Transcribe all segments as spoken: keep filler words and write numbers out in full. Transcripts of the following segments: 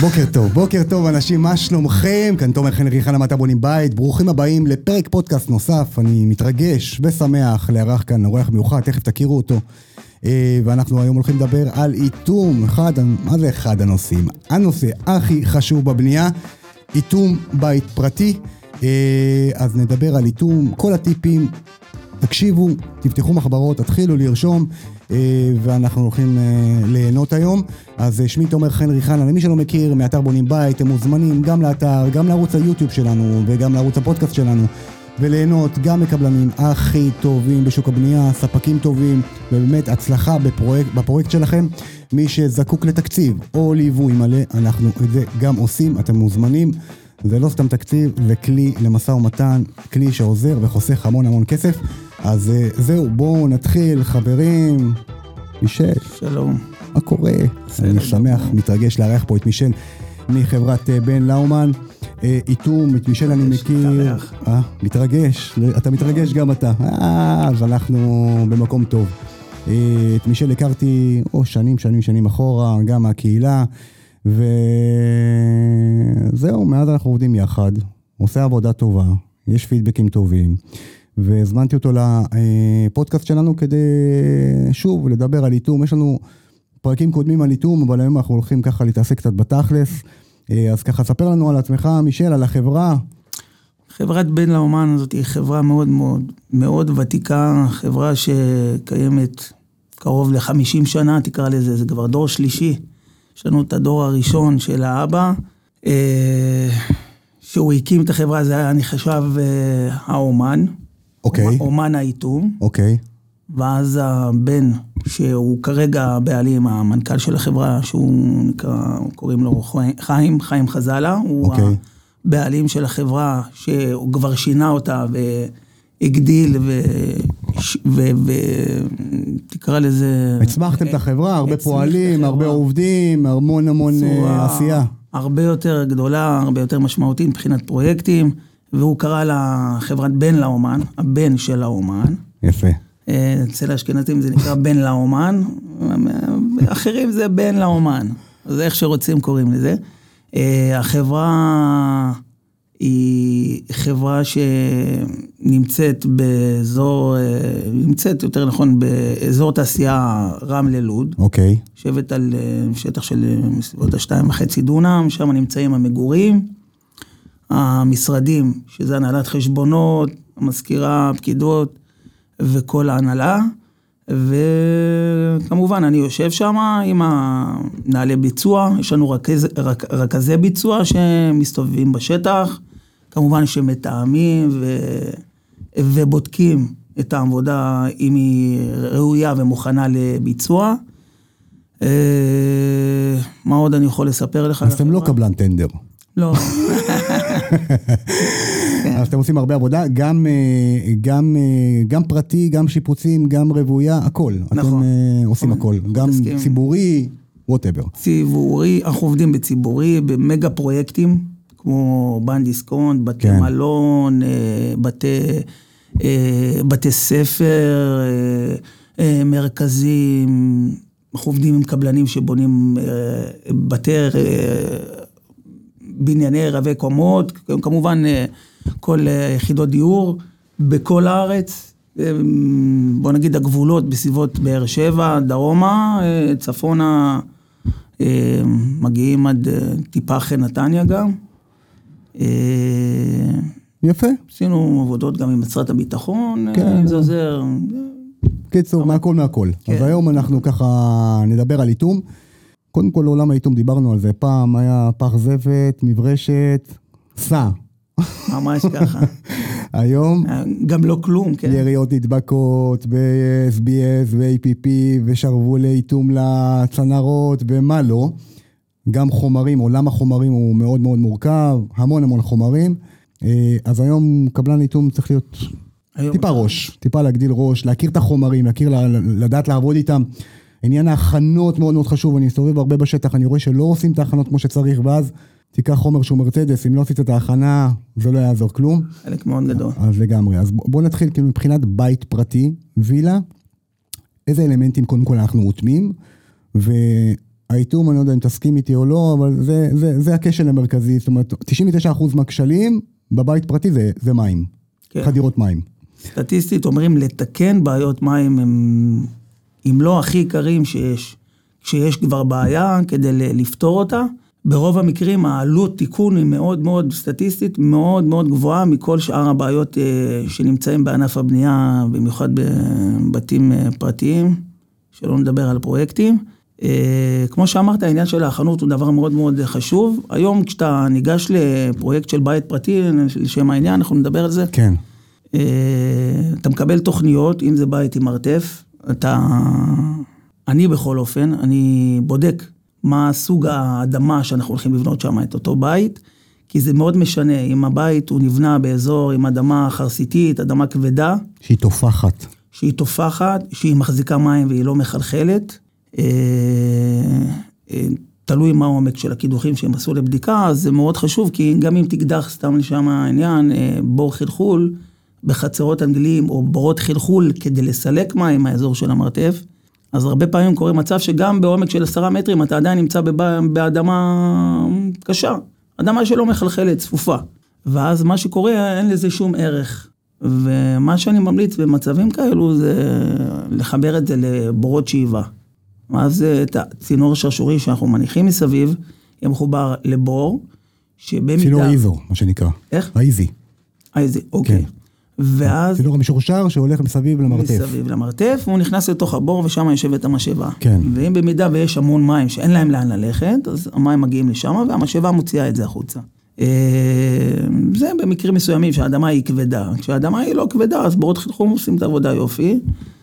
בוקר טוב, בוקר טוב אנשים, מה שלומכם? כאן תומר חן ריחן למטה בונים בית, ברוכים הבאים לפרק פודקאסט נוסף, אני מתרגש ושמח לארח כאן אורח מיוחד, תכף תכירו אותו, ואנחנו היום הולכים לדבר על איתום, אחד, מה זה אחד הנושאים? הנושא הכי חשוב בבנייה, איתום בית פרטי, אז נדבר על איתום, כל הטיפים, תקשיבו, תפתחו מחברות, תתחילו לרשום, ואנחנו הולכים ליהנות היום. אז שמי תומר חן ריחן, למי שלא מכיר, מאתר בונים בית, הם מוזמנים גם לאתר, גם לערוץ היוטיוב שלנו וגם לערוץ הפודקאסט שלנו, וליהנות גם מקבלנים הכי טובים בשוק הבנייה, ספקים טובים, ובאמת הצלחה בפרויקט, בפרויקט שלכם. מי שזקוק לתקציב או ליווי מלא, אנחנו את זה גם עושים, אתם מוזמנים. זה לא סתם תקציב, זה כלי למשא ומתן, כלי שעוזר וחוסך המון המון כסף. אז זהו, בואו נתחיל, חברים. מישל. שלום. מה קורה? אני שמח, מתרגש לארח פה את מישל מחברת בן לאומן. איתום, את מישל אני מכיר. אה, מתרגש, אתה מתרגש גם אתה. אה, אז אנחנו במקום טוב. את מישל הכרתי, או שנים, שנים, שנים אחורה, גם מהקהילה. וזהו, מאז אנחנו עובדים יחד, עושה עבודה טובה, יש פידבקים טובים, והזמנתי אותו לפודקאסט שלנו כדי שוב לדבר על איתום. יש לנו פרקים קודמים על איתום, אבל היום אנחנו הולכים ככה להתעסק קצת בתכלס. אז ככה, ספר לנו על עצמך, מישל, על החברה. חברת בן לאומן הזאת היא חברה מאוד מאוד מאוד ותיקה, חברה שקיימת קרוב ל-חמישים שנה, תקרא לזה, זה כבר דור שלישי. יש לנו את הדור הראשון של האבא, שהוא הקים את החברה, זה היה, אני חשב, האומן. אוקיי. אומן האיתום. אוקיי. ואז הבן, שהוא כרגע בעלים, המנכ"ל של החברה, שהוא נקרא, קוראים לו חיים, חיים חזלה, הוא אוקיי. הבעלים של החברה, שהוא כבר שינה אותה והגדיל ו... ותקרא לזה... הצמחתם את החברה, הרבה פועלים, הרבה עובדים, המון המון עשייה. הרבה יותר גדולה, הרבה יותר משמעותית מבחינת פרויקטים, והוא קרא לחברת בן לאומן, הבן של האומן. יפה. אצל האשכנזים זה נקרא בן לאומן, אחרים זה בן לאומן, אז איך שרוצים קוראים לזה. החברה היא חברה שנמצאת באזור, נמצאת יותר נכון באזור תעשייה רמלה לוד. אוקיי. יושבת על שטח של מסביבות השתיים וחצי דונם, שם נמצאים המגורים, המשרדים, שזה הנהלת חשבונות, המזכירה, הפקידות וכל ההנהלה, וכמובן אני יושב שם עם המנהלי ביצוע, יש לנו רכז, רכ, רכזי ביצוע שמסתובבים בשטח, כמובן שמתאמים ו, ובודקים את העבודה אם היא ראויה ומוכנה לביצוע. מה עוד אני יכול לספר לך? אז אתם לא קבלן טנדר. לא. אז אתם עושים הרבה עבודה, גם, גם, גם פרטי, גם שיפוצים, גם רבויה, הכל. נכון. אתם עושים הכל, גם ציבורי, whatever. ציבורי, אנחנו עובדים בציבורי, במגה פרויקטים, כמו בנדיסקונט, בתי מלון, בתי, בתי ספר, מרכזים, אנחנו עובדים עם קבלנים שבונים בתי בנייני רבי קומות, כמובן כל יחידות דיור בכל הארץ, בוא נגיד הגבולות בסביבות באר שבע, דרומה, צפונה, מגיעים עד טיפה אחרי נתניה גם. יפה. עשינו עבודות גם עם משרד הביטחון, אם זה עוזר. קיצור, מהכל מהכל. אז היום אנחנו ככה נדבר על איתום. קודם כל לעולם האיתום דיברנו על זה, פעם היה פח זפת, מברשת, סע. ממש ככה. היום... גם לא כלום, כן. יריות נדבקות, ב-אס בי אס ו-איי פי פי, ושרבולי איתום לצנרות, ומה לא. גם חומרים, עולם החומרים הוא מאוד מאוד מורכב, המון המון חומרים. אז היום קבלן איתום צריך להיות טיפה ראש, טיפה להגדיל ראש, להכיר את החומרים, להכיר, לדעת לעבוד איתם. עניין ההכנות מאוד מאוד חשוב, אני מסתובב הרבה בשטח, אני רואה שלא עושים את ההכנות כמו שצריך, ואז תיקח חומר שהוא מרצדס, אם לא עשית את ההכנה, זה לא יעזור כלום. חלק מאוד גדול. אז לגמרי, אז בוא נתחיל כאילו מבחינת בית פרטי, וילה, איזה אלמנטים קודם כל אנחנו רותמים, והאם האיתום, אני לא יודע אם תסכים איתי או לא, אבל זה, זה, זה הכשל המרכזי, זאת אומרת, תשעים ותשעה אחוז מהכשלים בבית פרטי זה, זה מים, כן. חדירות מים. סטטיסטית אומרים לתקן בעיות מים, הם, אם לא הכי עיקריים שיש, שיש כבר בעיה כדי לפתור אותה, ברוב המקרים העלות תיקון היא מאוד מאוד סטטיסטית, מאוד מאוד גבוהה מכל שאר הבעיות שנמצאים בענף הבנייה, במיוחד בבתים פרטיים, שלא נדבר על פרויקטים. כמו שאמרת, העניין של האחרנות הוא דבר מאוד מאוד חשוב. היום כשאתה ניגש לפרויקט של בית פרטי, לשם העניין, אנחנו נדבר על זה. כן. אתה מקבל תוכניות, אם זה בית עם מרתף, אתה, אני בכל אופן, אני בודק מה סוג האדמה שאנחנו הולכים לבנות שם את אותו בית, כי זה מאוד משנה, אם הבית הוא נבנה באזור עם אדמה חרסיתית, אדמה כבדה. שהיא תופחת. שהיא תופחת, שהיא מחזיקה מים והיא לא מחלחלת, תלוי מה העומק של הקידוחים שהם עשו לבדיקה, אז זה מאוד חשוב, כי גם אם תקדח סתם לשם העניין, בור חלחול, בחצרות אנגליים, או בורות חלחול, כדי לסלק מים מהאזור של המרתף, אז הרבה פעמים קורה מצב שגם בעומק של עשרה מטרים, אתה עדיין נמצא באדמה קשה, אדמה שלא מחלחלת, צפופה. ואז מה שקורה, אין לזה שום ערך. ומה שאני ממליץ במצבים כאלו, זה לחבר את זה לבורות שאיבה. אז את הצינור שרשורי שאנחנו מניחים מסביב, יהיה מחובר לבור, שבמידה... צינור איזו, מה שנקרא. איך? האיזי. האיזי, אוקיי. כן. ואז... צינור המשורשר שהולך מסביב למרתף. מסביב למרתף, והוא נכנס לתוך הבור, ושם יושבת המשאבה. כן. ואם במידה ויש המון מים שאין להם לאן ללכת, אז המים מגיעים לשם, והמשאבה מוציאה את זה החוצה. זה במקרים מסוימים שהאדמה היא כבדה. כשהאדמה היא לא כבדה, אז בורות חלחול עושים את העבודה יופי.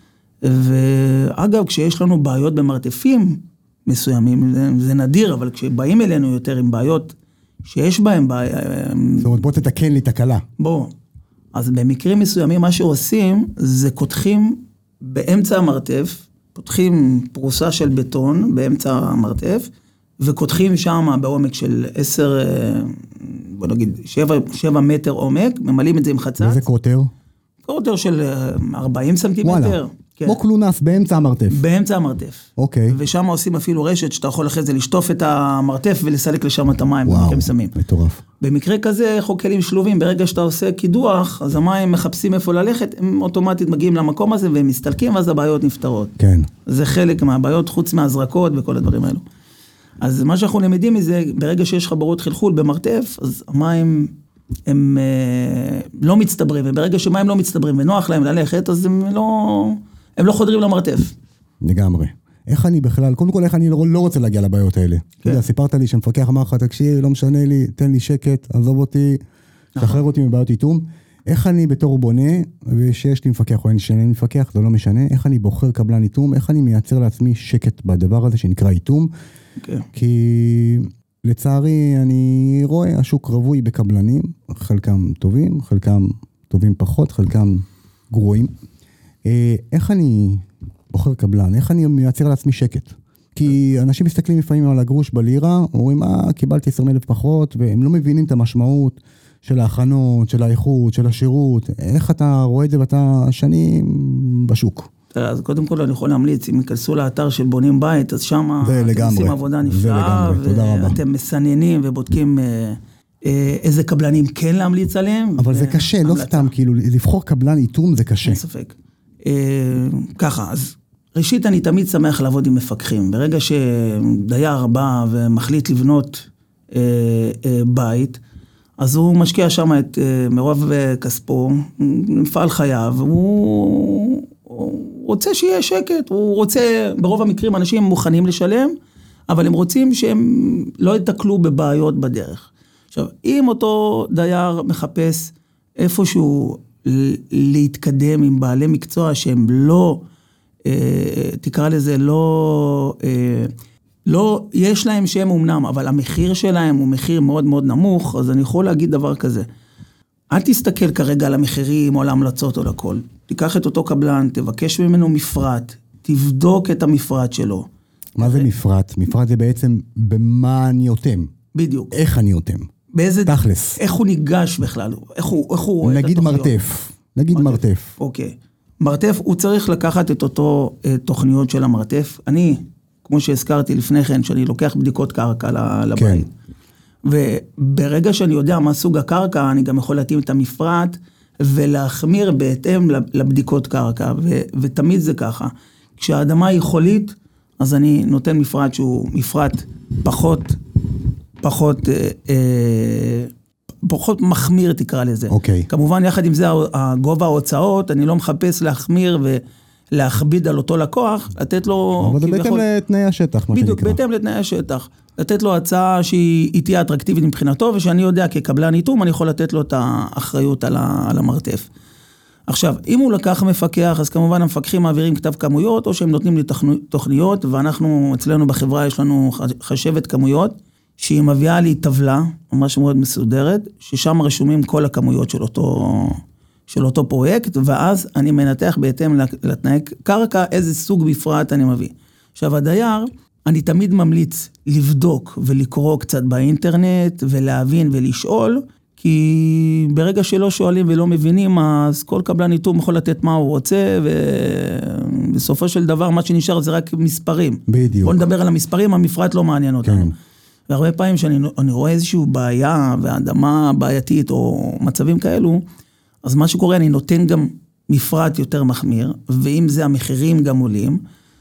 ואגב, כשיש לנו בעיות במרתפים מסוימים, זה, זה נדיר, אבל כשבאים אלינו יותר עם בעיות שיש בהם בעיה... זאת אומרת, בוא תתקן לי תקלה. בוא. אז במקרים מסוימים מה שעושים, זה קותחים באמצע המרתף, פותחים פרוסה של בטון באמצע המרתף, וקותחים שם בעומק של עשר, בוא נגיד, שבע, שבע מטר עומק, ממלאים את זה עם חצץ. איזה קוטר? קוטר של ארבעים סנטימטר. וואלה, כן. כמו קלונס באמצע המרתף. באמצע המרתף. אוקיי. ושם עושים אפילו רשת, שאתה יכול אחרי זה לשטוף את המרתף, ולסלק לשם את המים. וואו, שמים. מטורף. במקרה כזה, חוקלים שלובים, ברגע שאתה עושה קידוח, אז המים מחפשים איפה ללכת, הם אוטומטית מגיעים למקום הזה, והם מסתלקים, ואז הבעיות נפתרות. כן. זה חלק מהבעיות, חוץ מהזרקות וכל הדברים האלו. אז מה שאנחנו למדים מזה, ברגע שיש חברות חלחול במרתף, אז המים הם אה, לא מצטברים, וברגע שמים לא מצטברים ונוח להם ללכת, אז הם לא, הם לא חודרים למרתף. לגמרי. איך אני בכלל, קודם כל איך אני לא, לא רוצה להגיע לבעיות האלה. כן. אתה יודע, סיפרת לי שמפקח אמר לך, תקשיב, לא משנה לי, תן לי שקט, עזוב אותי, תשחרר אותי מבעיות איתום. איך אני בתור בונה, ושיש לי מפקח או אין שאין לי מפקח, זה לא משנה, איך אני בוחר קבלן איתום, איך אני מייצר לעצמי שקט בדבר הזה שנקרא איתום. Okay. כי לצערי אני רואה השוק רווי בקבלנים, חלקם טובים, חלקם טובים פחות, חלקם גרועים. איך אני בוחר קבלן? איך אני מייצר לעצמי שקט? כי אנשים מסתכלים לפעמים על הגרוש בלירה, אומרים, אה, קיבלתי עשרים אלף פחות, והם לא מבינים את המשמעות של ההכנות, של האיכות, של השירות. איך אתה רואה את זה ואתה שנים בשוק? אז קודם כל אני יכול להמליץ, אם יכנסו לאתר של בונים בית, אז שם אתם עושים עבודה נפלאה, ואתם מסננים ובודקים איזה קבלנים כן להמליץ עליהם. אבל זה קשה, לא סתם, כאילו, לבחור קבלן איתום זה קשה. אין ספק. ככה, אז ראשית אני תמיד שמח לעבוד עם מפקחים. ברגע שדייר בא ומחליט לבנות בית, אז הוא משקיע שם את מרוב כספו, מפעל חייו, הוא... הוא רוצה שיהיה שקט, הוא רוצה, ברוב המקרים אנשים מוכנים לשלם, אבל הם רוצים שהם לא יתקלו בבעיות בדרך. עכשיו, אם אותו דייר מחפש איפשהו להתקדם עם בעלי מקצוע שהם לא, אה, תקרא לזה, לא, אה, לא, יש להם שהם אומנם, אבל המחיר שלהם הוא מחיר מאוד מאוד נמוך, אז אני יכול להגיד דבר כזה. אל תסתכל כרגע על המחירים או על ההמלצות או לכל. תיקח את אותו קבלן, תבקש ממנו מפרט, תבדוק את המפרט שלו. מה זה מפרט? מפרט זה בעצם במה אני אותם. בדיוק. איך אני אותם. באיזה... תכלס. איך הוא ניגש בכלל? איך הוא, איך הוא רואה את נגיד מרתף. נגיד מרתף. מרתף. אוקיי. מרתף, הוא צריך לקחת את אותו תוכניות של המרתף. אני, כמו שהזכרתי לפני כן, שאני לוקח בדיקות קרקע לבית. וברגע שאני יודע מה סוג הקרקע, אני גם יכול להתאים את המפרט, ולהחמיר בהתאם לבדיקות קרקע, ו- ותמיד זה ככה. כשהאדמה היא חולית, אז אני נותן מפרט שהוא מפרט פחות, פחות, אה, אה, פחות מחמיר תקרא לזה. אוקיי. כמובן, יחד עם זה, הגובה ההוצאות, אני לא מחפש להחמיר ולהכביד על אותו לקוח, לתת לו... אבל זה בהתאם לתנאי השטח, מה שנקרא. בדיוק, בהתאם לתנאי השטח. לתת לו הצעה שהיא תהיה אטרקטיבית מבחינתו, ושאני יודע כקבלן איתום, אני יכול לתת לו את האחריות על, ה, על המרתף. עכשיו, אם הוא לקח מפקח, אז כמובן המפקחים מעבירים כתב כמויות, או שהם נותנים לי תוכניות, ואנחנו, אצלנו בחברה, יש לנו חשבת כמויות, שהיא מביאה לי טבלה, ממש מאוד מסודרת, ששם רשומים כל הכמויות של אותו, של אותו פרויקט, ואז אני מנתח בהתאם לתנאי קרקע, איזה סוג בפרט אני מביא. עכשיו, הדייר, אני תמיד ממליץ לבדוק ולקרוא קצת באינטרנט, ולהבין ולשאול, כי ברגע שלא שואלים ולא מבינים, אז כל קבלן איתום יכול לתת מה הוא רוצה, ובסופו של דבר מה שנשאר זה רק מספרים. בדיוק. בוא נדבר על המספרים, המפרט לא מעניין אותנו. כן. והרבה פעמים שאני רואה איזושהי בעיה, ואדמה בעייתית, או מצבים כאלו, אז מה שקורה, אני נותן גם מפרט יותר מחמיר, ואם זה המחירים גם עולים,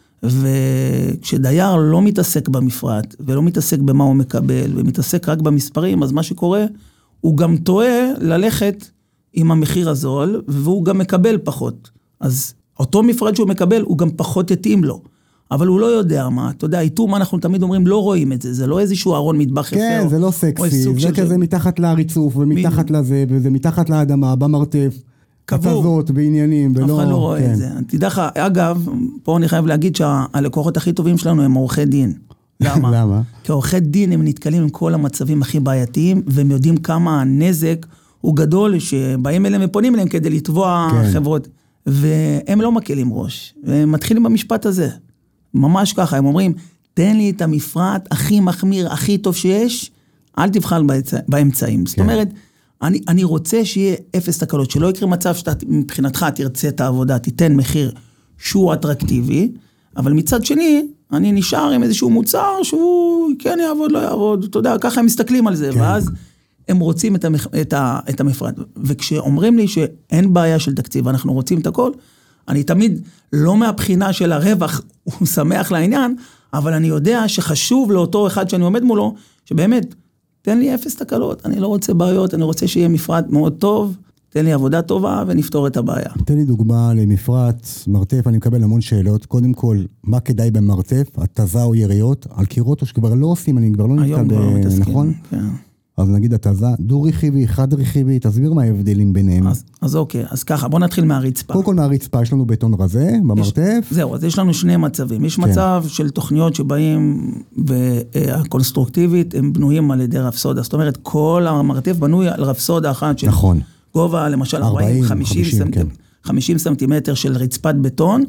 וכשדייר לא מתעסק במפרט, ולא מתעסק במה הוא מקבל, ומתעסק רק במספרים, אז מה שקורה, הוא גם טועה ללכת עם המחיר הזול, והוא גם מקבל פחות. אז אותו מפרט שהוא מקבל, הוא גם פחות יתאים לו. אבל הוא לא יודע מה, אתה יודע, איתום, אנחנו תמיד אומרים, לא רואים את זה, זה לא איזשהו ארון מטבח יפה. כן, זה לא סקסי, זה כזה מתחת להריצוף, ומתחת לזה, וזה מתחת לאדמה, במרתף, כתבות, בעניינים, אף אחד לא רואה את זה. תדע לך, אגב, פה אני חייב להגיד שהלקוחות הכי טובים שלנו הם עורכי דין. למה? למה? כי עורכי דין הם נתקלים עם כל המצבים הכי בעייתיים, והם יודעים כמה הנזק הוא גדול, שבאים אליהם ופונים אליהם כדי לתבוע חברות, והם לא מקלים ראש, והם מתחילים במשפט הזה. ממש ככה, הם אומרים, תן לי את המפרט הכי מחמיר, הכי טוב שיש, אל תבחל באמצעים. זאת אומרת, אני, אני רוצה שיהיה אפס תקלות, שלא יקרה מצב שאתה מבחינתך תרצה את העבודה, תיתן מחיר שהוא אטרקטיבי, אבל מצד שני, אני נשאר עם איזשהו מוצר שהוא כן יעבוד, לא יעבוד, אתה יודע, ככה הם מסתכלים על זה, כן. ואז הם רוצים את, המח, את, ה, את המפרט. וכשאומרים לי שאין בעיה של תקציב, אנחנו רוצים את הכל, אני תמיד לא מהבחינה של הרווח, הוא שמח לעניין, אבל אני יודע שחשוב לאותו אחד שאני עומד מולו, שבאמת, תן לי אפס תקלות, אני לא רוצה בעיות, אני רוצה שיהיה מפרט מאוד טוב, תן לי עבודה טובה ונפתור את הבעיה. תן לי דוגמה למפרט, מרתף, אני מקבל המון שאלות. קודם כל, מה כדאי במרתף? התזה או יריות? על קירות או שכבר לא עושים, אני כבר לא נתקל ב... נכון? כן. אז נגיד התזה, דו-רכיבי, חד-רכיבי, תסביר מה ההבדלים ביניהם. אז, אז אוקיי, אז ככה, בוא נתחיל מהרצפה. קודם כל מהרצפה, יש לנו בטון רזה, במרתף. יש, זהו, אז יש לנו שני מצבים. יש כן. מצב של תוכניות שבאים, והקונסטרוקטיבית, הם בנויים על ידי רפסודה. זאת אומרת, כל המרתף בנוי על רפסודה אחת של... נכון. גובה, למשל, ארבעים חמישים סנטימטר של רצפת בטון,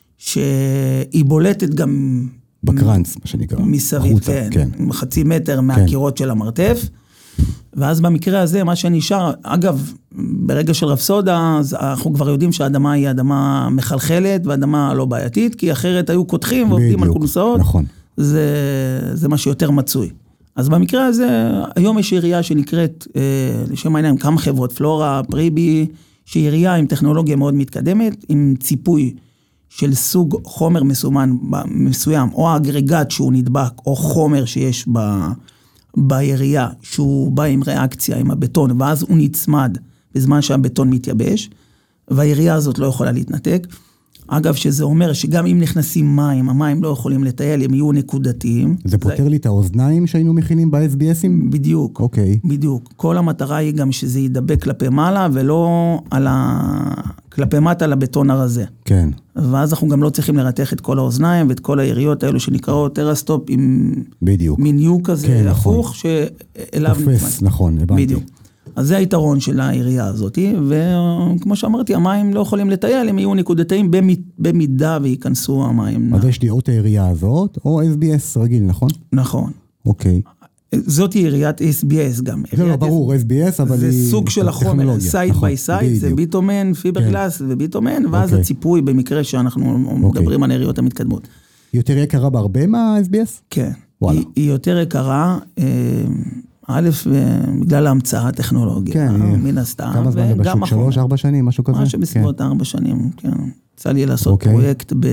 שהיא בולטת גם... בקרנץ, מה שנקרא. מסביב, כן, כן. חצי מטר מהקירות של המרתף, ואז במקרה הזה, מה שנשאר, אגב, ברגע של רפסודה, אנחנו כבר יודעים שהאדמה היא אדמה מחלחלת, ואדמה לא בעייתית, כי אחרת היו קותחים ועובדים על כולסאות, נכון. זה, זה מה שיותר מצוי. אז במקרה הזה, היום יש עירייה שנקראת, לשם העניין, כמה חברות, פלורה, פריבי, שהיא עירייה עם טכנולוגיה מאוד מתקדמת, עם ציפוי של סוג חומר מסומן, מסוים, או האגרגט שהוא נדבק, או חומר שיש ב, בעירייה, שהוא בא עם ריאקציה, עם הבטון, ואז הוא נצמד בזמן שהבטון מתייבש, והעירייה הזאת לא יכולה להתנתק. אגב, שזה אומר שגם אם נכנסים מים, המים לא יכולים לטייל, הם יהיו נקודתיים. זה פותר זה... לי את האוזניים שהיינו מכינים ב-אס בי אסים? בדיוק. אוקיי. בדיוק. כל המטרה היא גם שזה ידבק כלפי מעלה, ולא על ה... כלפי מטה לבטון הרזה. כן. ואז אנחנו גם לא צריכים לרתח את כל האוזניים, ואת כל היריות האלו שנקראות טרסטופ, עם... בדיוק. מיניוק כזה כן, הפוך, נכון. שאליו נתמד. תופס, נכון, הבנתי. בדיוק. אז זה היתרון של העירייה הזאת, וכמו שאמרתי, המים לא יכולים לטייל, הם יהיו נקודתיים במידה וייכנסו המים. אז יש לי או את העירייה הזאת, או אס בי אס רגיל, נכון? נכון. אוקיי. זאת היא עיריית אס בי אס גם. זה לא ברור, אס בי אס, אבל זה סוג של החומר, סייט ביי סייט, זה ביטומן, פיברגלס וביטומן, ואז הציפוי במקרה שאנחנו מדברים על העיריות המתקדמות. היא יותר יקרה בהרבה מה-אס בי אס? כן. היא, היא יותר יקרה, א', בגלל ההמצאה הטכנולוגית. כן. מן הסתם. כמה זמן זה בשוק? שלוש, ארבע שנים, משהו כזה? משהו בסביבות ארבע שנים, כן. יצא לי לעשות אוקיי. פרויקט ב...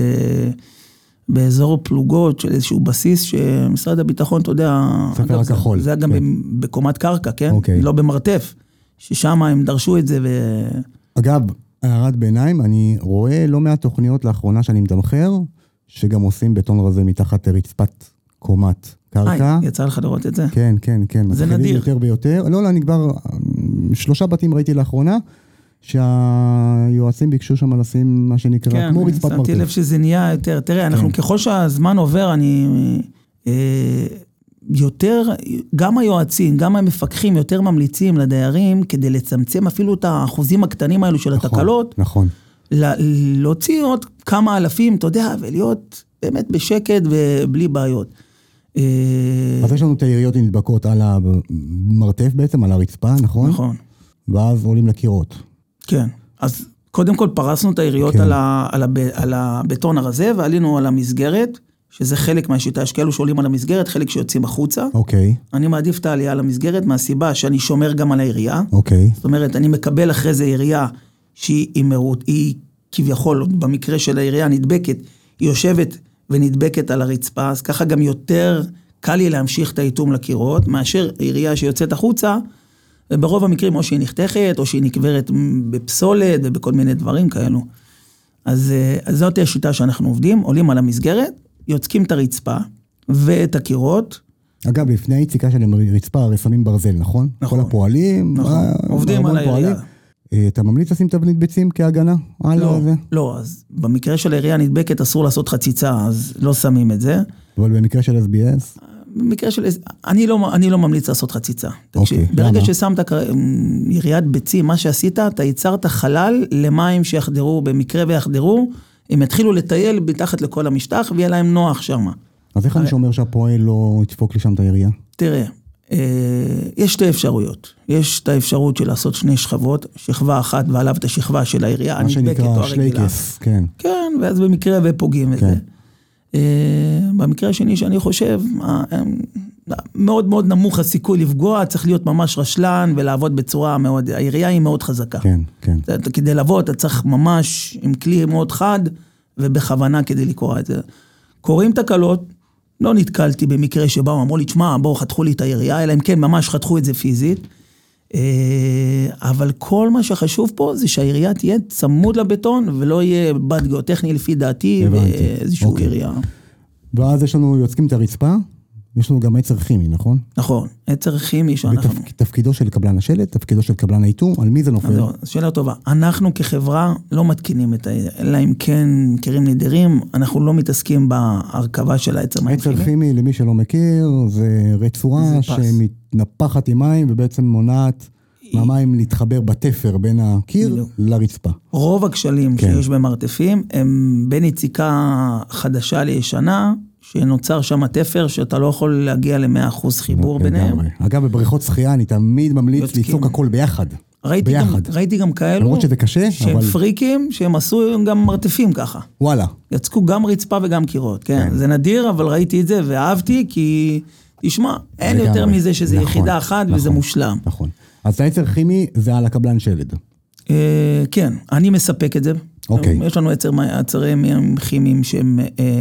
באזור פלוגות של איזשהו בסיס שמשרד הביטחון, אתה יודע, ספר הכחול. זה היה גם כן. בקומת קרקע, כן? אוקיי. לא במרתף, ששם הם דרשו את זה ו... אגב, הערת ביניים, אני רואה לא מעט תוכניות לאחרונה שאני מתמחר, שגם עושים בטון רזה מתחת רצפת קומת קרקע. איי, יצא לך לראות את זה? כן, כן, כן. זה נדיר. יותר ויותר. לא, לא, אני כבר, שלושה בתים ראיתי לאחרונה, שהיועצים ביקשו שם לשים מה שנקרא, כן, כמו רצפת מרתף. שמתי לב שזה נהיה יותר, תראה, אנחנו כן. ככל שהזמן עובר, אני, אה, יותר, גם היועצים, גם המפקחים, יותר ממליצים לדיירים, כדי לצמצם אפילו את האחוזים הקטנים האלו של נכון, התקלות, נכון. להוציא עוד כמה אלפים, אתה יודע, ולהיות באמת בשקט ובלי בעיות. אז יש לנו את היריות נדבקות על המרתף בעצם, על הרצפה, נכון? נכון. ואז עולים לקירות. כן. אז קודם כל פרסנו את היריות כן. על, ה, על, הב, על הבטון הרזה, ועלינו על המסגרת, שזה חלק מהשיטה, יש כאלו שעולים על המסגרת, חלק שיוצאים החוצה. אוקיי. אני מעדיף את העלייה על המסגרת, מהסיבה שאני שומר גם על הירייה. אוקיי. זאת אומרת, אני מקבל אחרי זה ירייה, שהיא אימרות, היא כביכול, במקרה של הירייה נדבקת, היא יושבת ונדבקת על הרצפה, אז ככה גם יותר קל לי להמשיך את האיתום לקירות, מאשר ירייה שיוצאת החוצה, וברוב המקרים או שהיא נחתכת, או שהיא נקברת בפסולת, ובכל מיני דברים כאלו. אז, אז זאת השיטה שאנחנו עובדים, עולים על המסגרת, יוצקים את הרצפה, ואת הקירות. אגב, לפני היציקה של רצפה, הרי שמים ברזל, נכון? נכון. כל הפועלים. נכון. מה, עובדים על הירייה. אתה ממליץ לשים תבנית ביצים כהגנה? לא, לא, אז במקרה של הירייה נדבקת אסור לעשות חציצה, אז לא שמים את זה. אבל במקרה של אס בי אס? במקרה של, אני לא, אני לא ממליץ לעשות חציצה. תקשיב, אוקיי, ברגע למה? ששמת יריית ביצים, מה שעשית, אתה ייצרת חלל למים שיחדרו, במקרה ויחדרו, הם יתחילו לטייל מתחת לכל המשטח, ויהיה להם נוח שם. אז איך אני שומר שהפועל לא ידפוק לי שם את הירייה? תראה, יש שתי אפשרויות. יש את האפשרות של לעשות שני שכבות, שכבה אחת ועליו את השכבה של הירייה, מה שנקרא שלייקס, כן. כן, ואז במקרה ופוגעים את זה. במקרה השני שאני חושב, מאוד מאוד נמוך הסיכוי לפגוע, צריך להיות ממש רשלן ולעבוד בצורה מאוד, הירייה היא מאוד חזקה. כן, כן. כדי לעבוד, אתה צריך ממש עם כלי מאוד חד, ובכוונה כדי לקרוא את זה. קוראים תקלות, לא נתקלתי במקרה שבאו, אמרו לי, תשמע, בואו חתכו לי את הירייה, אלא אם כן ממש חתכו את זה פיזית, אבל כל מה שחשוב פה זה שהירייה תהיה צמוד לבטון, ולא יהיה בד גיאוטכני לפי דעתי, ואיזשהו אוקיי. ירייה. ואז יש לנו, יוצקים את הרצפה, יש לנו גם עצר כימי, נכון? נכון, עצר כימי שאנחנו... ותפקידו של קבלן השלט, תפקידו של קבלן האיתום, על מי זה נופל? לא, שאלה טובה. אנחנו כחברה לא מתקינים את ה... אלא אם כן מכירים נדירים, אנחנו לא מתעסקים בהרכבה של העצר מים כימי. עצר כימי, למי שלא מכיר, זה רצועה שמתנפחת עם מים, ובעצם מונעת מהמים להתחבר בתפר בין הקיר לרצפה. רוב הכשלים כן. שיש במרתפים, הם בין יציקה חדשה לישנה, שנוצר שם תפר, שאתה לא יכול להגיע ל-מאה אחוז חיבור ביניהם. אגב, בבריכות שחייה אני תמיד ממליץ ליצוק הכל ביחד. ראיתי גם, ראיתי גם כאלו, למרות שזה קשה, שהם אבל... פריקים, שהם עשו גם מרתפים ככה. וואלה. יצקו גם רצפה וגם קירות, כן. זה נדיר, אבל ראיתי את זה ואהבתי, כי תשמע, אין יותר מזה שזה יחידה אחת וזה מושלם. נכון. אז העצר כימי זה על הקבלן שלד. כן, אני מספק את זה. אוקיי. יש לנו עצרי כימיים שהם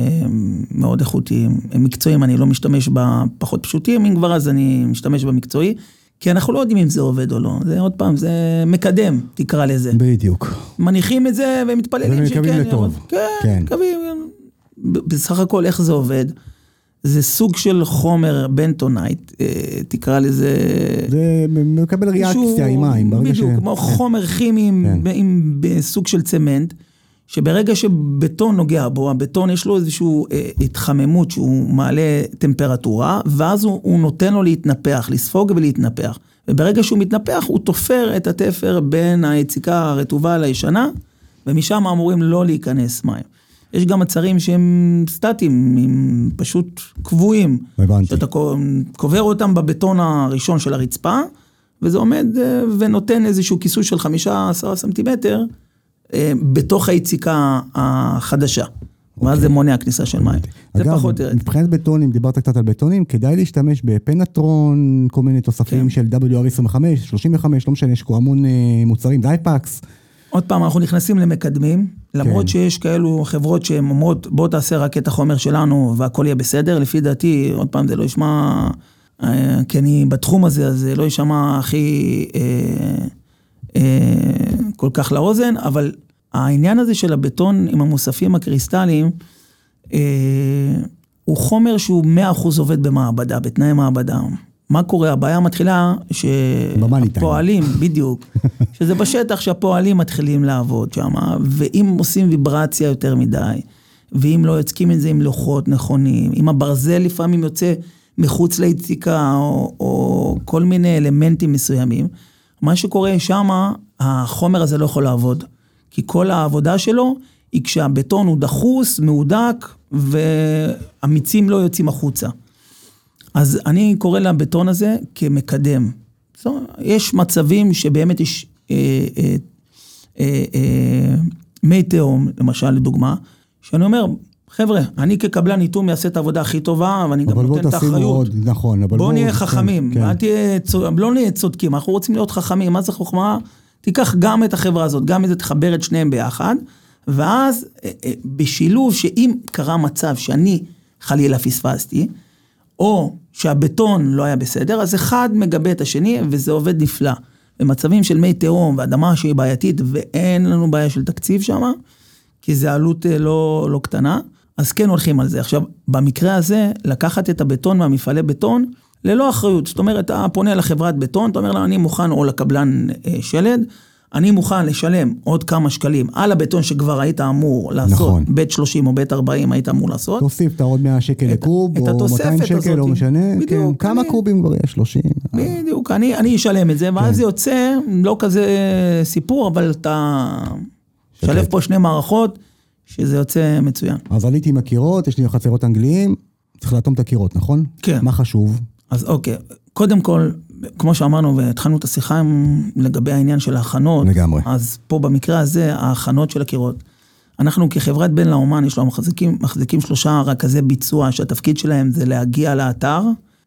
מאוד איכותיים, הם מקצועיים, אני לא משתמש בפחות פשוטים, אם כבר אז אני משתמש במקצועי, כי אנחנו לא יודעים אם זה עובד או לא, זה עוד פעם, זה מקדם, תקרא לזה. בדיוק. מניחים את זה ומתפללים שכן. ומקווים לטוב. כן, מקווים. בסך הכל איך זה עובד, זה סוג של חומר בנטונייט, תקרא לזה... זה מקבל ריאקציה עם מים. בדיוק, כמו חומר כימי עם סוג של צמנט, שברגע שבטון נוגע בו, הבטון יש לו איזושהי התחממות שהוא מעלה טמפרטורה, ואז הוא נותן לו להתנפח, לספוג ולהתנפח. וברגע שהוא מתנפח, הוא תופר את התפר בין היציקה הרטובה לישנה, ומשם אמורים לא להיכנס מים. יש גם מצרים שהם סטטיים, הם פשוט קבועים. הבנתי. שאתה קובר אותם בבטון הראשון של הרצפה, וזה עומד ונותן איזשהו כיסוי של חמישה עשר סנטימטר, בתוך היציקה החדשה. ואז זה מונע כניסה של מים. זה פחות... אגב, מבחינת בטונים, דיברת קצת על בטונים, כדאי להשתמש בפנטרון, כל מיני תוספים של דאבליו אר עשרים וחמש, שלושים וחמש, לא משנה, יש פה המון מוצרים, דייפקס. עוד פעם, אנחנו נכנסים למקדמים, למרות שיש כאלו חברות שהן אומרות, בוא תעשה רק את החומר שלנו, והכל יהיה בסדר, לפי דעתי, עוד פעם, זה לא ישמע, כי אני בתחום הזה, אז זה לא ישמע הכי כל כך לאוזן, אבל העניין הזה של הבטון עם המוספים הקריסטליים, הוא חומר שהוא מאה אחוז עובד במעבדה, בתנאי מעבדה. מה קורה? הבעיה מתחילה שהפועלים, בדיוק, שזה בשטח שהפועלים מתחילים לעבוד שם, ואם עושים ויברציה יותר מדי, ואם לא יוצקים את זה עם לוחות נכונים, אם הברזל לפעמים יוצא מחוץ ליציקה, או, או כל מיני אלמנטים מסוימים, מה שקורה שם, החומר הזה לא יכול לעבוד, כי כל העבודה שלו, היא כשהבטון הוא דחוס, מעודק, והמיצים לא יוצאים החוצה. אז אני קורא לבטון הזה כמקדם. זאת אומרת, יש מצבים שבאמת יש אה, אה, אה, אה, מי תאום, למשל לדוגמה, שאני אומר, חבר'ה, אני כקבלן ניתום יעשה את העבודה הכי טובה, ואני גם נותן את האחריות. נכון, אבל בואו נהיה חכמים, כן, כן. תהיה, לא נהיה צודקים, אנחנו רוצים להיות חכמים, מה זה חוכמה? תיקח גם את החברה הזאת, גם את זה תחבר את שניהם ביחד, ואז בשילוב שאם קרה מצב שאני חלילה פספסתי, או שהבטון לא היה בסדר, אז אחד מגבה את השני, וזה עובד נפלא. במצבים של מי תאום ואדמה שהיא בעייתית, ואין לנו בעיה של תקציב שם, כי זה עלות לא, לא קטנה, אז כן הולכים על זה. עכשיו, במקרה הזה, לקחת את הבטון מהמפעלי בטון, ללא אחריות. זאת אומרת, אתה פונה לחברת בטון, אתה אומר לה, אני מוכן, או לקבלן שלד, אני מוכן לשלם עוד כמה שקלים על הבטון שכבר היית אמור לעשות, נכון. בית שלושים או בית ארבעים היית אמור לעשות. תוסיף את עוד מאה שקל לקוב, או מאתיים שקל, לא משנה. בדיוק. כן, כמה אני, קובים כבר יש? שלושים. בדיוק, אני, אני אשלם את זה, ואז כן. זה יוצא, לא כזה סיפור, אבל אתה שלב פה שני מערכות, שזה יוצא מצוין. אז עליתי עם הקירות, יש לי חצרות אנגליים, צריך לאטום את הקירות, נכון? כן. מה חשוב? אז אוקיי, קודם כל, כמו שאמרנו, והתחלנו את השיחה לגבי העניין של ההכנות. לגמרי. אז פה במקרה הזה, ההכנות של הקירות. אנחנו כחברת בן לאומן, יש לנו מחזיקים, מחזיקים שלושה רכזי ביצוע, שהתפקיד שלהם זה להגיע לאתר,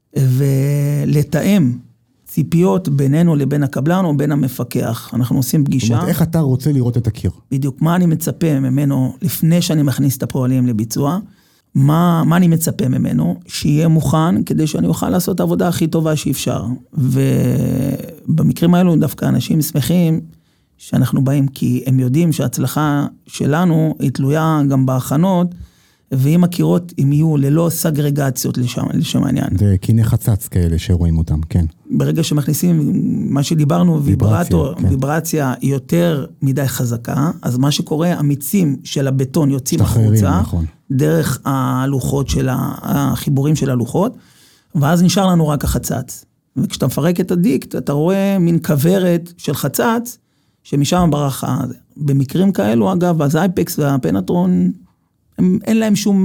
ולתאם ציפיות בינינו לבין הקבלן, או בין המפקח. אנחנו עושים פגישה. זאת אומרת, איך אתה רוצה לראות את הקיר? בדיוק, מה אני מצפה ממנו, לפני שאני מכניס את הפועלים לביצוע, מה, מה אני מצפה ממנו? שיהיה מוכן כדי שאני אוכל לעשות את העבודה הכי טובה שאפשר. ובמקרים האלו דווקא אנשים שמחים שאנחנו באים, כי הם יודעים שההצלחה שלנו היא תלויה גם בהכנות, ואם הקירות הם יהיו ללא סגרגציות לשם, לשם העניין. זה קיני חצץ כאלה שרואים אותם, כן. ברגע שמכניסים, מה שדיברנו, ויברציה, כן. ויברציה יותר מדי חזקה, אז מה שקורה, המיצים של הבטון יוצאים החוצה, נכון. דרך הלוחות של החיבורים של הלוחות, ואז נשאר לנו רק החצץ. וכשאתה מפרק את הדיקט, אתה רואה מין כברת של חצץ, שמשם ברכה. במקרים כאלו, אגב, אז האייפקס והפנטרון, הם, אין להם שום,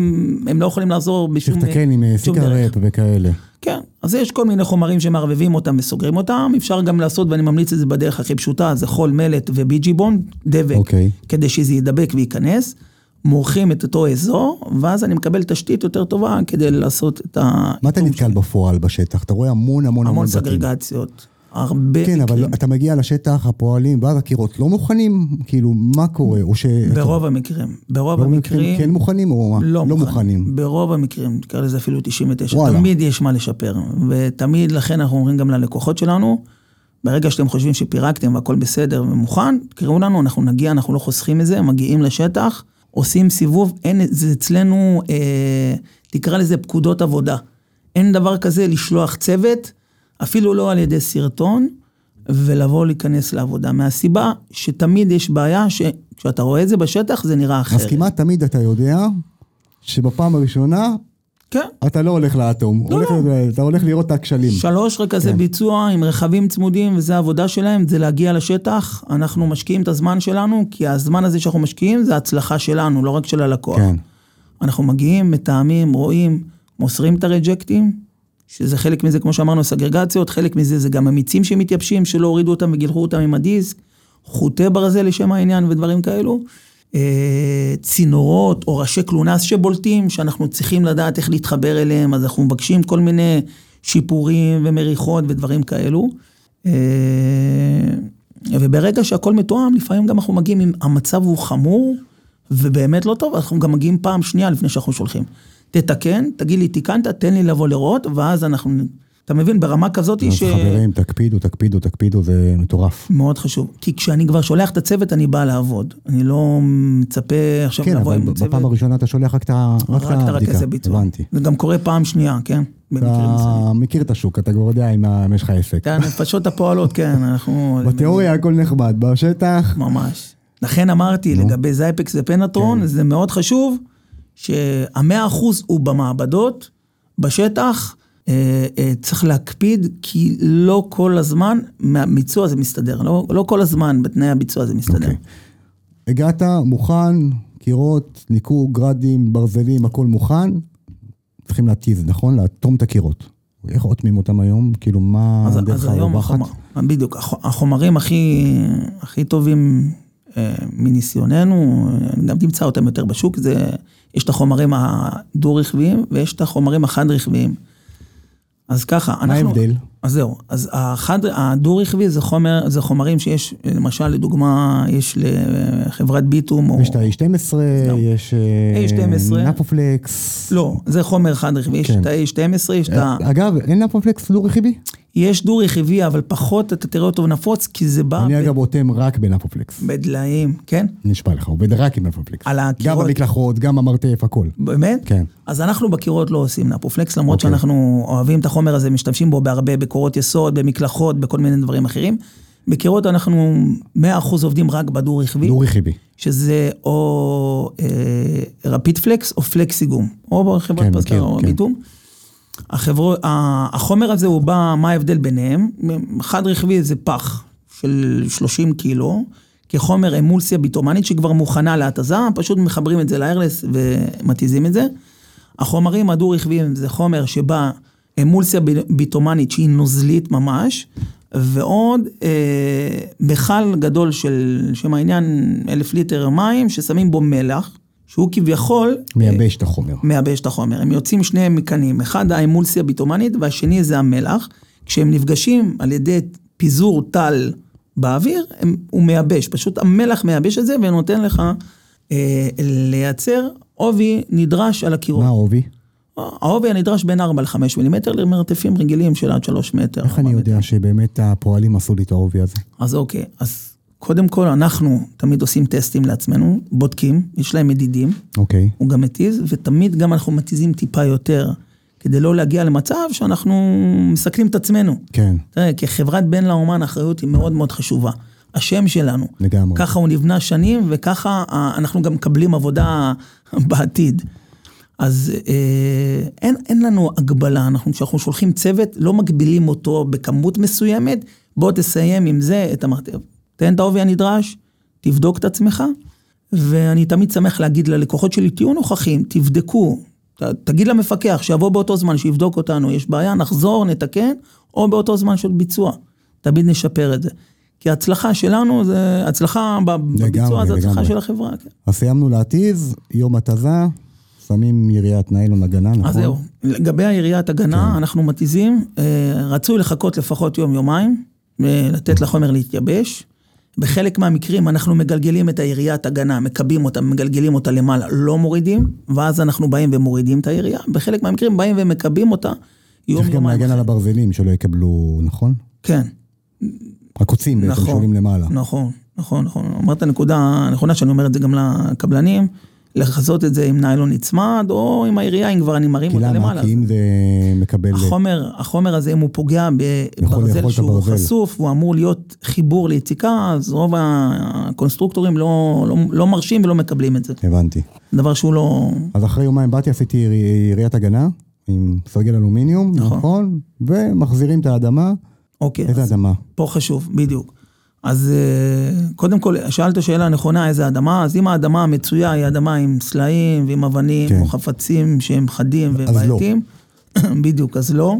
הם לא יכולים לעזור בשום... תתקן עם סיקרט וכאלה. כן, אז יש כל מיני חומרים שמערבבים אותם וסוגרים אותם, אפשר גם לעשות, ואני ממליץ את זה בדרך הכי פשוטה, זה חול מלט וביג'יבון, דבק, okay. כדי שזה ידבק וייכנס, מורחים את אותו אזור, ואז אני מקבל תשתית יותר טובה כדי לעשות את ה... מה אתה נתקל בפועל בשטח? אתה רואה המון המון המון בתים. המון סגרגציות. הרבה כן, אבל אתה מגיע לשטח, הפועלים, ואז הקירות לא מוכנים, כאילו, מה קורה? ברוב המקרים. ברוב המקרים... כן מוכנים או לא מוכנים? ברוב המקרים, תקרא לזה אפילו תשעים ותשע. תמיד יש מה לשפר, ותמיד לכן אנחנו אומרים גם ללקוחות שלנו, ברגע שאתם חושבים שפירקתם והכל בסדר ומוכן, תקראו לנו, אנחנו נגיע, אנחנו לא חוסכים את זה, מגיעים לשטח, עושים סיבוב, אין, זה אצלנו, אה, תקרא לזה פקודות עבודה. אין דבר כזה לשלוח צוות, אפילו לא על ידי סרטון, ולבוא להיכנס לעבודה. מהסיבה שתמיד יש בעיה, שכשאתה רואה את זה בשטח, זה נראה אחרת. אז כמעט תמיד אתה יודע, שבפעם הראשונה, כן. אתה לא הולך לאטום, לא, הולך, לא. אתה הולך לראות את הכשלים. שלוש רכזי כן. ביצוע עם רכבים צמודים, וזה העבודה שלהם, זה להגיע לשטח, אנחנו משקיעים את הזמן שלנו, כי הזמן הזה שאנחנו משקיעים, זה ההצלחה שלנו, לא רק של הלקוח. כן. אנחנו מגיעים, מתאמים, רואים, מוסרים את הרג'קטים, שזה חלק מזה, כמו שאמרנו, סגרגציות, חלק מזה זה גם המיצים שמתייבשים, שלא הורידו אותם וגילחו אותם עם הדיסק, חוטי ברזל לשם העניין ודברים כאלו, צינורות או ראשי קלונס שבולטים, שאנחנו צריכים לדעת איך להתחבר אליהם, אז אנחנו מבקשים כל מיני שיפורים ומריחות ודברים כאלו. וברגע שהכל מתואם, לפעמים גם אנחנו מגיעים, אם המצב הוא חמור, ובאמת לא טוב, אנחנו גם מגיעים פעם שנייה לפני שאנחנו שולחים. תתקן, תגיד לי, תיקנת, תן לי לבוא לראות, ואז אנחנו, אתה מבין, ברמה כזאת אז ש... חברים, תקפידו, תקפידו, תקפידו, זה מטורף. מאוד חשוב, כי כשאני כבר שולח את הצוות, אני בא לעבוד. אני לא מצפה עכשיו כן, לבוא עם אבל הצוות. בפעם הראשונה אתה שולח רק את הרכזי ביצוע. הבנתי. זה גם קורה פעם שנייה, כן? אתה מכיר את השוק, אתה כבר יודע אם יש לך עסק. כן, פשוט הפועלות, כן, אנחנו... בתיאוריה הכל נחמד, בשטח... ממש. לכן אמרתי, לגבי זייפקס ופנטרון, זה מאוד חשוב, שהמאה אחוז הוא במעבדות, בשטח, צריך להקפיד, כי לא כל הזמן, מהביצוע זה מסתדר, לא, לא כל הזמן בתנאי הביצוע זה מסתדר. Okay. הגעת, מוכן, קירות, ניקו, גרדים, ברזלים, הכל מוכן, צריכים להתיז, נכון? להתום את הקירות. איך אוטמים אותם היום? כאילו, מה אז, דרך אז היום הרווחת? החומר, בדיוק, החומרים הכי, הכי טובים אה, מניסיוננו, גם תמצא אותם יותר בשוק, זה, יש את החומרים הדו-רכביים, ויש את החומרים החד-רכביים. אז ככה, מה אנחנו... ההבדל? אז זהו, אז החד, הדו-רכבי זה חומר, זה חומרים שיש, למשל, לדוגמה, יש לחברת ביטום, או... יש את ה-איי שתים עשרה, יש איי שתים עשרה. נפופלקס. לא, זה חומר חד-רכבי, יש את ה-איי שתים עשרה, יש את ה... אגב, אין נפופלקס דו-רכיבי? יש דו-רכיבי, אבל פחות אתה תראה אותו נפוץ, כי זה בא... אני אגב אותם רק בנפופלקס. בדליים, כן? נשפע לך, עובד רק עם נפופלקס. על הקירות. גם במקלחות, גם במרתף, הכל. באמת? כן. אז אנחנו בקירות לא עושים נפופלקס, למרות שאנחנו אוהבים את החומר הזה, משתמשים בו בהרבה בקורות יסוד, במקלחות, בכל מיני דברים אחרים. בקירות אנחנו מאה אחוז עובדים רק בדו-רכיבי. דו-רכיבי. שזה או אה, רפיד פלקס או פלקסיגום, או בחברת כן, פסטר או כן. ביטום. החבר... החומר הזה הוא בא, מה ההבדל ביניהם? חד רכבי זה פח של שלושים קילו, כחומר אמולסיה ביטומנית שכבר מוכנה להתזה, פשוט מחברים את זה לאיירלס ומתיזים את זה. החומרים הדו-רכביים זה חומר שבא אמולסיה ביטומנית שהיא נוזלית ממש, ועוד אה, בחל גדול של, שמה העניין, אלף ליטר מים, ששמים בו מלח, שהוא כביכול... מייבש את החומר. מייבש את החומר. הם יוצאים שני מקנים, אחד האמולסיה ביטומנית, והשני זה המלח. כשהם נפגשים על ידי פיזור טל באוויר, הם, הוא מייבש. פשוט המלח מייבש את זה, ונותן לך אה, לייצר עובי נדרש על הקירות. מה העובי? העובי הנדרש בין ארבע לחמש מילימטר למרתפים רגילים של עד שלוש מטר. איך אני יודע שבאמת הפועלים עשו לי את העובי הזה? אז אוקיי, אז קודם כל אנחנו תמיד עושים טסטים לעצמנו, בודקים, יש להם מדידים, אוקיי. הוא גם מתיז, ותמיד גם אנחנו מתיזים טיפה יותר, כדי לא להגיע למצב שאנחנו מסכנים את עצמנו. כן. תראה, כחברת בן לאומן, האחריות היא מאוד מאוד חשובה. השם שלנו. לגמרי. ככה הוא נבנה שנים, וככה אנחנו גם מקבלים עבודה בעתיד. אז אה, אין, אין לנו הגבלה, אנחנו, כשאנחנו שולחים צוות, לא מגבילים אותו בכמות מסוימת, בוא תסיים עם זה את המרתף. תן את העובי הנדרש, תבדוק את עצמך, ואני תמיד שמח להגיד ללקוחות שלי, תהיו נוכחים, תבדקו, ת, תגיד למפקח, שיבוא באותו זמן, שיבדוק אותנו, יש בעיה, נחזור, נתקן, או באותו זמן של ביצוע, תמיד נשפר את זה. כי ההצלחה שלנו, זה, הצלחה בביצוע, זה הצלחה של החברה. כן. אז סיימנו להתיז, יום התזה, שמים יריית ניילון הגנה, נכון? אז זהו, לגבי היריית הגנה, כן. אנחנו מתיזים, רצוי לחכות לפחות יום-יומיים, לתת לחומר להתייבש. בחלק מהמקרים אנחנו מגלגלים את היריית הגנה, מקבים אותה, מגלגלים אותה למעלה, לא מורידים, ואז אנחנו באים ומורידים את הירייה. בחלק מהמקרים באים ומקבים אותה יום-יומיים. צריך גם להגן על הברזלים שלא יקבלו, נכון? כן. הקוצים בעצם נכון, שעולים למעלה. נכון, נכון, נכון. אמרת נקודה נכונה שאני אומר את זה גם לקבלנים, לחזות את זה עם ניילון נצמד, או עם העירייה, אם כבר אני מרים אותה למעלה. כי אם זה מקבל... החומר, החומר הזה, אם הוא פוגע בברזל שהוא חשוף, הוא אמור להיות חיבור ליציקה, אז רוב הקונסטרוקטורים לא, לא, לא מרשים ולא מקבלים את זה. הבנתי. דבר שהוא לא... אז אחרי יומיים באתי, עשיתי יריית הגנה, עם סרגל אלומיניום, נכון, נכון ומחזירים את האדמה. אוקיי. איזה אדמה? פה חשוב, בדיוק. אז קודם כל, שאלת שאלה נכונה, איזה אדמה, אז אם האדמה המצויה היא אדמה עם סלעים ועם אבנים, כן. או חפצים שהם חדים ובעייתים, לא. בדיוק, אז לא.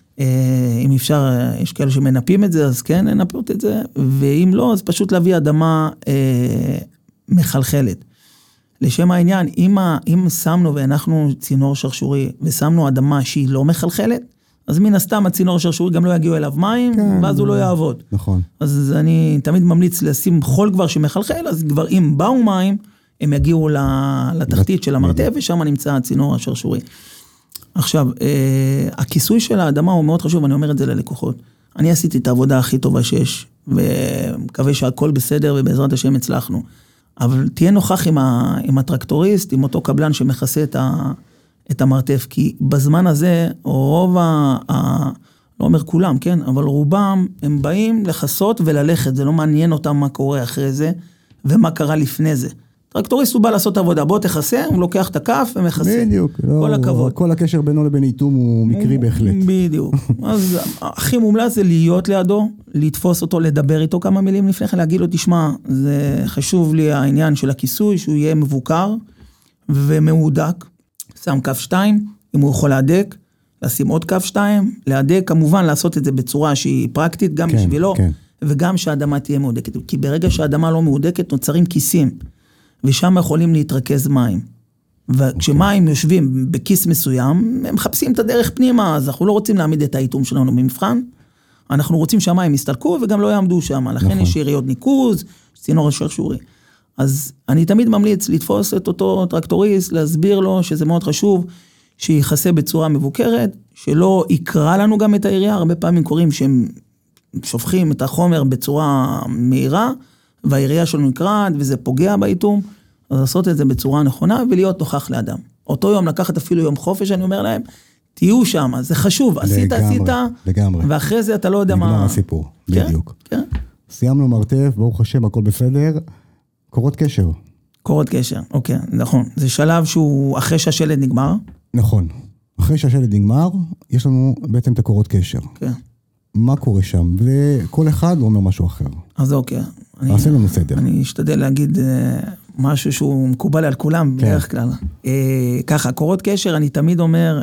אם אפשר, יש כאלה שמנפים את זה, אז כן, ננפות את זה, ואם לא, אז פשוט להביא אדמה אה, מחלחלת. לשם העניין, אם, אם שמנו והנחנו צינור שרשורי, ושמנו אדמה שהיא לא מחלחלת, אז מן הסתם הצינור השרשורי גם לא יגיעו אליו מים, כן, ואז הוא לא יעבוד. נכון. אז אני תמיד ממליץ לשים חול כבר שמחלחל, אז כבר אם באו מים, הם יגיעו לתחתית של המרתף, ושם נמצא הצינור השרשורי. עכשיו, הכיסוי של האדמה הוא מאוד חשוב, אני אומר את זה ללקוחות. אני עשיתי את העבודה הכי טובה שיש, ומקווה שהכל בסדר, ובעזרת השם הצלחנו. אבל תהיה נוכח עם, ה, עם הטרקטוריסט, עם אותו קבלן שמכסה את, ה, את המרתף, כי בזמן הזה, רוב ה, ה... לא אומר כולם, כן? אבל רובם, הם באים לחסות וללכת, זה לא מעניין אותם מה קורה אחרי זה, ומה קרה לפני זה. טרקטוריסט הוא בא לעשות עבודה, בוא תחסה, הוא לוקח את הכף ומחסה. בדיוק. כל לא, הכבוד. כל הקשר בינו לבין איתום הוא מקרי בהחלט. בדיוק. אז הכי מומלץ זה להיות לידו, לתפוס אותו, לדבר איתו כמה מילים לפני כן, להגיד לו, תשמע, זה חשוב לי העניין של הכיסוי, שהוא יהיה מבוקר ומהודק. שם כף שתיים, אם הוא יכול להדק, לשים עוד כף שתיים, להדק, כמובן לעשות את זה בצורה שהיא פרקטית, גם כן, בשבילו, כן. וגם שהאדמה תהיה מהודקת. כי ברגע שהאדמה לא מהודקת, נוצרים כיסים. ושם יכולים להתרכז מים. וכשמים יושבים בכיס מסוים, הם מחפשים את הדרך פנימה, אז אנחנו לא רוצים להעמיד את האיתום שלנו במבחן, אנחנו רוצים שהמים יסתלקו וגם לא יעמדו שם, לכן נכון. יש יריות ניקוז, צינור שרשורי. אז אני תמיד ממליץ לתפוס את אותו טרקטוריסט, להסביר לו שזה מאוד חשוב, שיחסה בצורה מבוקרת, שלא יקרא לנו גם את העירייה, הרבה פעמים קוראים שהם שופכים את החומר בצורה מהירה, והעירייה שלנו נקראת, וזה פוגע באיתום, אז לעשות את זה בצורה נכונה, ולהיות נוכח לאדם. אותו יום לקחת אפילו יום חופש, אני אומר להם, תהיו שם, זה חשוב, עשית, עשית, לגמרי. ואחרי זה אתה לא יודע מה... נגמר הסיפור, כן, בדיוק. כן. סיימנו מרתף, ברוך השם, הכל בסדר, קורות קשר. קורות קשר, אוקיי, נכון. זה שלב שהוא אחרי שהשלד נגמר. נכון. אחרי שהשלד נגמר, יש לנו בעצם את הקורות קשר. כן. מה קורה שם? וכל אחד אומר משהו אחר. אז אוקיי. עשה לנו סדר. אני אשתדל להגיד משהו שהוא מקובל על כולם, בדרך כלל. ככה, קורות קשר, אני תמיד אומר,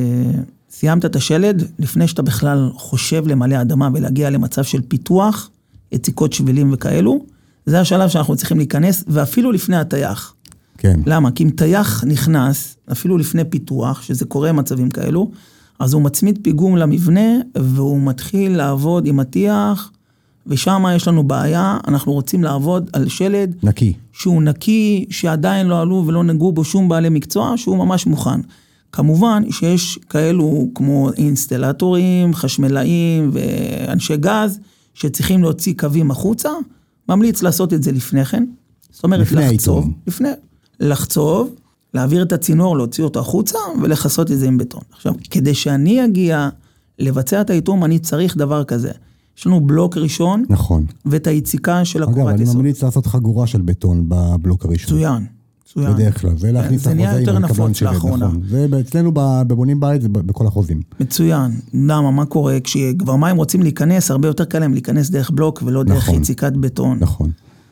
סיימת את השלד, לפני שאתה בכלל חושב למלא אדמה, ולהגיע למצב של פיתוח, יציקות שבילים וכאלו, זה השלב שאנחנו צריכים להיכנס, ואפילו לפני התייח. כן. למה? כי אם תייח נכנס, אפילו לפני פיתוח, שזה קורה מצבים כאלו, אז הוא מצמיד פיגום למבנה, והוא מתחיל לעבוד עם התייח, ושם יש לנו בעיה, אנחנו רוצים לעבוד על שלד. נקי. שהוא נקי, שעדיין לא עלו ולא נגעו בו שום בעלי מקצוע, שהוא ממש מוכן. כמובן שיש כאלו כמו אינסטלטורים, חשמלאים ואנשי גז, שצריכים להוציא קווים החוצה, ממליץ לעשות את זה לפני כן. זאת אומרת, לפני לחצוב. העיתון. לפני. לחצוב, להעביר את הצינור, להוציא אותו החוצה, ולחסות את זה עם בטון. עכשיו, כדי שאני אגיע לבצע את העיתון, אני צריך דבר כזה. יש לנו בלוק ראשון, נכון. ואת היציקה של הקורת יסוד. אגב, אני ממליץ לעשות חגורה של בטון בבלוק הראשון. צוין, צוין. בדרך כלל, זה להכניס את החוזה עם הקבלן שלי, נכון. זה אצלנו בבונים בית, זה בכל החוזים. מצוין. למה, מה קורה? כשכבר מים רוצים להיכנס, הרבה יותר קל להם להיכנס דרך בלוק, ולא דרך יציקת בטון. נכון.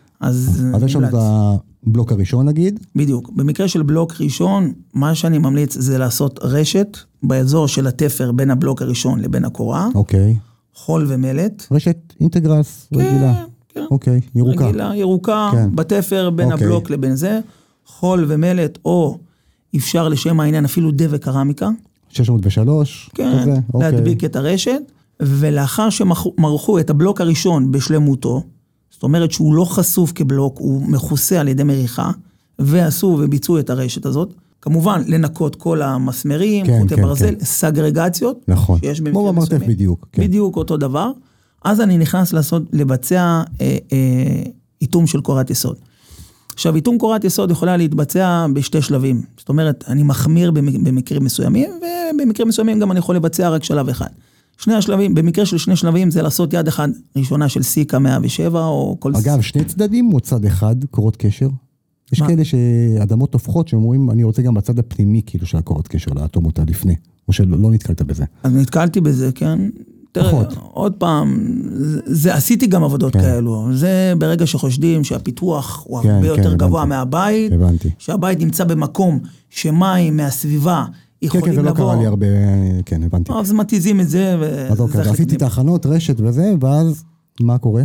אז יש לנו את הבלוק הראשון, נגיד? בדיוק. במקרה של בלוק ראשון, מה שאני ממליץ זה לעשות רשת, באזור של התפר בין הבלוק הראשון לבין הקורה. אוקיי. חול ומלט. רשת אינטגרס, רגילה. כן, כן. אוקיי, ירוקה. רגילה, ירוקה, כן. בתפר בין אוקיי. הבלוק לבין זה, חול ומלט, או אפשר לשם העניין אפילו דבק קרמיקה. שש מאות ושלוש, כן, כזה, אוקיי. להדביק את הרשת, ולאחר שמרחו את הבלוק הראשון בשלמותו, זאת אומרת שהוא לא חשוף כבלוק, הוא מכוסה על ידי מריחה, ועשו וביצעו את הרשת הזאת, כמובן, לנקות כל המסמרים, כן, חוטי כן, ברזל, כן. סגרגציות. נכון. כמו במרתף בדיוק. כן. בדיוק אותו דבר. אז אני נכנס לעשות, לבצע אה, אה, איתום של קורת יסוד. עכשיו, איתום קורת יסוד יכולה להתבצע בשתי שלבים. זאת אומרת, אני מחמיר במקרים מסוימים, ובמקרים מסוימים גם אני יכול לבצע רק שלב אחד. שני השלבים, במקרה של שני שלבים, זה לעשות יד אחד ראשונה של סיקה מאה ושבע, או כל... אגב, שני צדדים או צד אחד, קורות קשר? יש כאלה שאדמות הופכות שאומרים, אני רוצה גם בצד הפנימי כאילו של הקורת קשר, לאטום אותה לפני, או שלא נתקלת בזה. אז נתקלתי בזה, כן. תראה, עוד פעם, זה, עשיתי גם עבודות כאלו. זה ברגע שחושדים שהפיתוח הוא הרבה יותר גבוה מהבית, שהבית נמצא במקום שמים מהסביבה יכולים לבוא. כן, כן, זה לא קרה לי הרבה, כן, הבנתי. אז מתיזים את זה. אז אוקיי, עשיתי את ההכנות, רשת וזה, ואז מה קורה?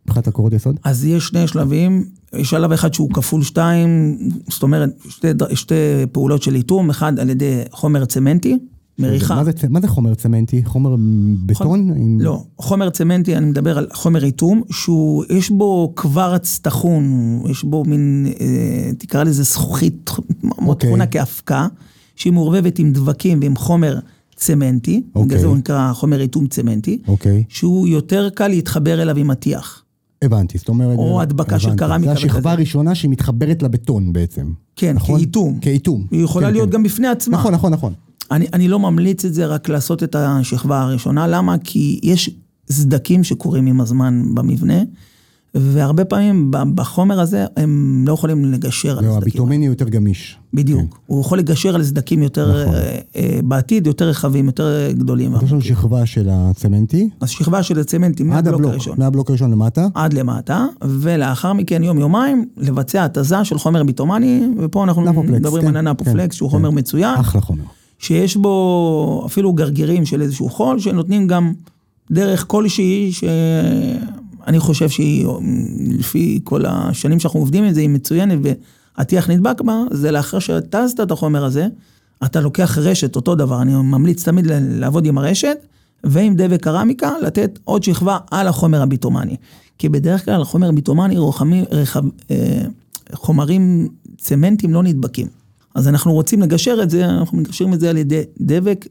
מבחינת הקורות יסוד? אז יש שני שלבים, יש שלב אחד שהוא כפול שתיים, זאת אומרת, שתי, שתי פעולות של איתום, אחד על ידי חומר צמנטי, מריחה. מה זה, מה זה חומר צמנטי? חומר בטון? עם... לא, חומר צמנטי, אני מדבר על חומר איתום, שיש בו קוורץ תחון, יש בו מין, אה, תקרא לזה זכוכית, מאוד תכונה כאבקה, שהיא מעורבבת עם דבקים ועם חומר צמנטי, בגלל זה הוא נקרא חומר איתום צמנטי, שהוא יותר קל להתחבר אליו עם מתיח. הבנתי, זאת אומרת... או הדבקה של קרמיקה. זה השכבה הראשונה שהיא מתחברת לבטון בעצם. כן, כאיתום. כאיתום. היא יכולה להיות גם בפני עצמה. נכון, נכון, נכון. אני, אני לא ממליץ את זה רק לעשות את השכבה הראשונה, למה? כי יש סדקים שקורים עם הזמן במבנה, והרבה פעמים בחומר הזה הם לא יכולים לגשר על סדקים. הביטומני יותר גמיש. בדיוק. הוא יכול לגשר על סדקים יותר, בעתיד יותר רחבים, יותר גדולים. יש לנו שכבה של הצמנטי. אז שכבה של הצמנטי מהבלוק הראשון. מהבלוק הראשון למטה. עד למטה, ולאחר מכן יום יומיים לבצע התזה של חומר ביטומני, ופה אנחנו מדברים על הנאפופלקס, שהוא חומר מצוין. אחלה חומר. שיש בו אפילו גרגירים של איזשהו חול, שנותנים גם דרך כלשהי, שאני חושב שהיא, לפי כל השנים שאנחנו עובדים עם זה, היא מצוינת, והתיח נדבק בה, זה לאחר שתזת את החומר הזה, אתה לוקח רשת, אותו דבר, אני ממליץ תמיד לעבוד עם הרשת, ועם דבק קרמיקה, לתת עוד שכבה על החומר הביטומני. כי בדרך כלל החומר הביטומני, חומרים צמנטיים לא נדבקים. אז אנחנו רוצים לגשר את זה, אנחנו מגשרים את זה על ידי דבק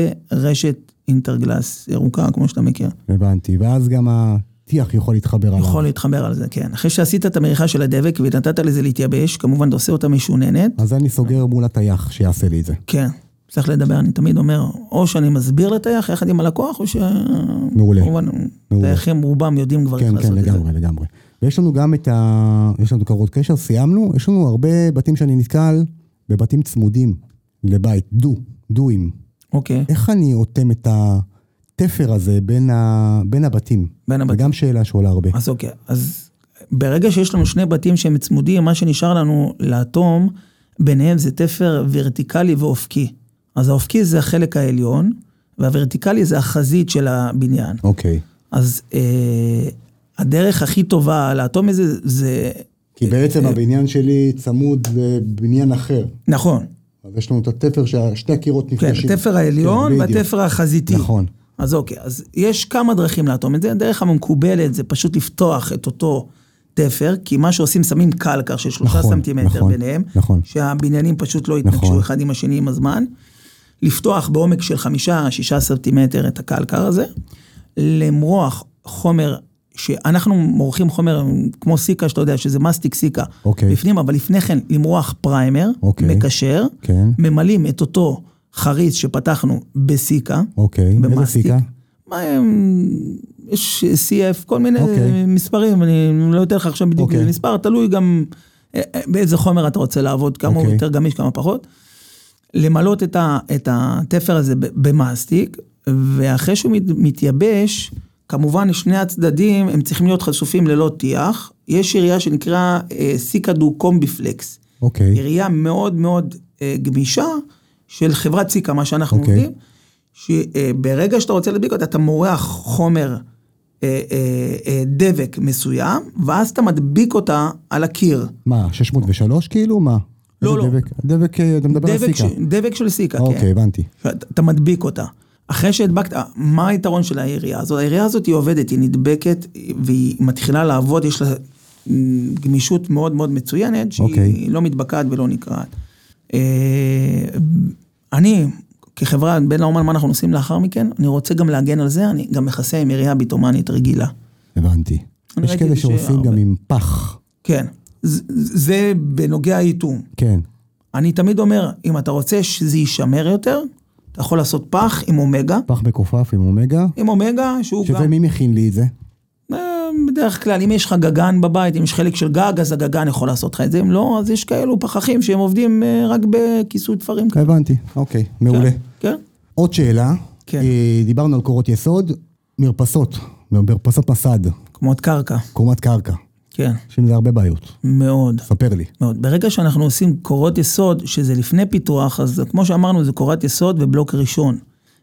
ורשת אינטרגלס ירוקה, כמו שאתה מכיר. הבנתי, ואז גם התיח יכול להתחבר עליו. יכול להתחבר על זה, כן. אחרי שעשית את המריחה של הדבק ונתת לזה להתייבש, כמובן אתה עושה אותה משוננת. אז אני סוגר מול התיח שיעשה לי את זה. כן, צריך לדבר, אני תמיד אומר, או שאני מסביר לתיח יחד עם הלקוח, או ש... מעולה. כמובן, תייחים רובם יודעים כבר איך לעשות את זה. כן, כן, לגמרי, לגמרי. ויש לנו גם את ה... יש לנו קרות קשר, סיימנו, יש לנו הרבה בתים שאני נתקל בבתים צמודים לבית, דו, דויים. אוקיי. איך אני אוטם את התפר הזה בין, ה... בין הבתים? בין הבתים. וגם שאלה שעולה הרבה. אז אוקיי, אז ברגע שיש לנו שני בתים שהם צמודים, מה שנשאר לנו לאטום, ביניהם זה תפר ורטיקלי ואופקי. אז האופקי זה החלק העליון, והוורטיקלי זה החזית של הבניין. אוקיי. אז אה, הדרך הכי טובה לאטום הזה זה... כי בעצם הבניין שלי צמוד לבניין אחר. נכון. אז יש לנו את התפר ששתי הקירות נפגשים. כן, התפר העליון כן, והתפר החזיתי. נכון. אז אוקיי, אז יש כמה דרכים לאטום את זה. הדרך המקובלת זה פשוט לפתוח את אותו תפר, כי מה שעושים שמים קלקר של שלושה נכון, סנטימטר נכון, ביניהם, נכון. שהבניינים פשוט לא יתנגשו נכון. אחד עם השני עם הזמן. לפתוח בעומק של חמישה, שישה סנטימטר את הקלקר הזה, למרוח חומר שאנחנו מורחים חומר כמו סיקה, שאתה יודע שזה מסטיק סיקה, אוקיי. בפנים, אבל לפני כן למרוח פריימר, אוקיי. מקשר, כן. ממלאים את אותו חריץ שפתחנו בסיקה, אוקיי, במסטיק. איזה סיקה? מה הם, יש סי אף, כל מיני אוקיי. מספרים, אני לא יודע לך עכשיו בדיוק אוקיי. מספר, תלוי גם באיזה חומר אתה רוצה לעבוד, כמה אוקיי. הוא יותר גמיש, כמה פחות, למלות את, ה, את התפר הזה במסטיק, ואחרי שהוא מתייבש, כמובן, שני הצדדים, הם צריכים להיות חשופים ללא טיח. יש עירייה שנקרא אה, סיקה דו קומביפלקס. אוקיי. עירייה מאוד מאוד אה, גמישה של חברת סיקה, מה שאנחנו אוקיי. עובדים, שברגע שאתה רוצה להדביק אותה, אתה מורח חומר אה, אה, אה, דבק מסוים, ואז אתה מדביק אותה על הקיר. מה, שש מאות ושלוש כאילו? מה? לא, לא. דבק, דבק, אתה מדבר על סיקה. ש, דבק של סיקה, אוקיי, כן. הבנתי. אתה מדביק אותה. אחרי שהדבקת, מה היתרון של העירייה הזאת? העירייה הזאת היא עובדת, היא נדבקת, והיא מתחילה לעבוד, יש לה גמישות מאוד מאוד מצוינת, שהיא okay. לא מתבקעת ולא נקרעת. אני, כחברה, בין לאומן, מה אנחנו עושים לאחר מכן, אני רוצה גם להגן על זה, אני גם מכסה עם עירייה ביטומנית רגילה. הבנתי. יש כאלה שעושים גם עם פח. כן, זה בנוגע האיתום. כן. אני תמיד אומר, אם אתה רוצה שזה יישמר יותר, אתה יכול לעשות פח עם אומגה. פח מקופף עם אומגה. עם אומגה, שהוא שזה גם... מי מכין לי את זה? בדרך כלל, אם יש לך גגן בבית, אם יש חלק של גג, אז הגגן יכול לעשות לך את זה. אם לא, אז יש כאלו פחחים שהם עובדים רק בכיסוי תפרים. הבנתי, אוקיי, מעולה. כן. עוד שאלה. כן. דיברנו על קורות יסוד, מרפסות, מרפסות מסד. קומות קרקע. קומת קרקע. כן. יש עם זה הרבה בעיות. מאוד. ספר לי. מאוד. ברגע שאנחנו עושים קורות יסוד, שזה לפני פיתוח, אז כמו שאמרנו, זה קורת יסוד ובלוק ראשון.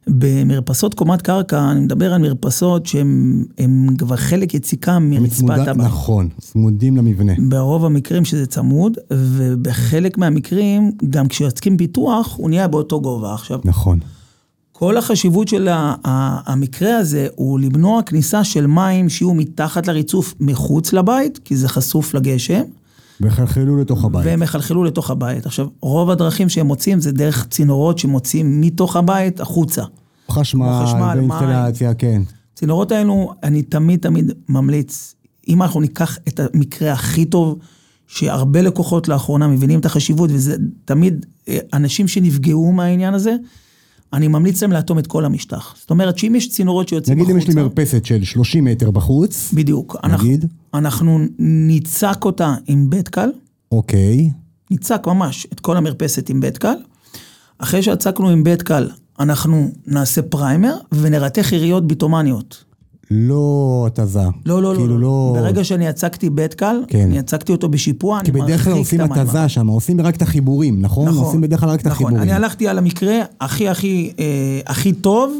במרפסות קומת קרקע, אני מדבר על מרפסות שהן כבר חלק יציקה מרצפת הבית. נכון, צמודים למבנה. ברוב המקרים שזה צמוד, ובחלק מהמקרים, גם כשיוצקים פיתוח, הוא נהיה באותו גובה. עכשיו, נכון. כל החשיבות של המקרה הזה, הוא למנוע כניסה של מים שיהיו מתחת לריצוף מחוץ לבית, כי זה חשוף לגשם. וחלחלו לתוך הבית. והם החלחלו לתוך הבית. עכשיו, רוב הדרכים שהם מוצאים, זה דרך צינורות שמוצאים מתוך הבית החוצה. חשמל, חשמל ואינסטלציה, כן. צינורות האלו, אני תמיד תמיד ממליץ, אם אנחנו ניקח את המקרה הכי טוב, שהרבה לקוחות לאחרונה מבינים את החשיבות, וזה תמיד אנשים שנפגעו מהעניין הזה, אני ממליץ להם לאטום את כל המשטח. זאת אומרת, שאם יש צינורות שיוצאים בחוצה... נגיד אם יש לי מרפסת של שלושים מטר בחוץ... בדיוק. נגיד? אנחנו, אנחנו ניצק אותה עם בית קל. אוקיי. ניצק ממש את כל המרפסת עם בית קל. אחרי שהצקנו עם בית קל, אנחנו נעשה פריימר, ונרתך יריות ביטומניות. לא התזה. לא, לא, כאילו לא. לא... ברגע שאני הצקתי בית קל, כן. אני הצקתי אותו בשיפוע, כי בדרך כלל עושים התזה שם, עושים רק את החיבורים, נכון? נכון. עושים בדרך כלל רק את נכון. החיבורים. אני הלכתי על המקרה הכי, הכי, אה, הכי טוב,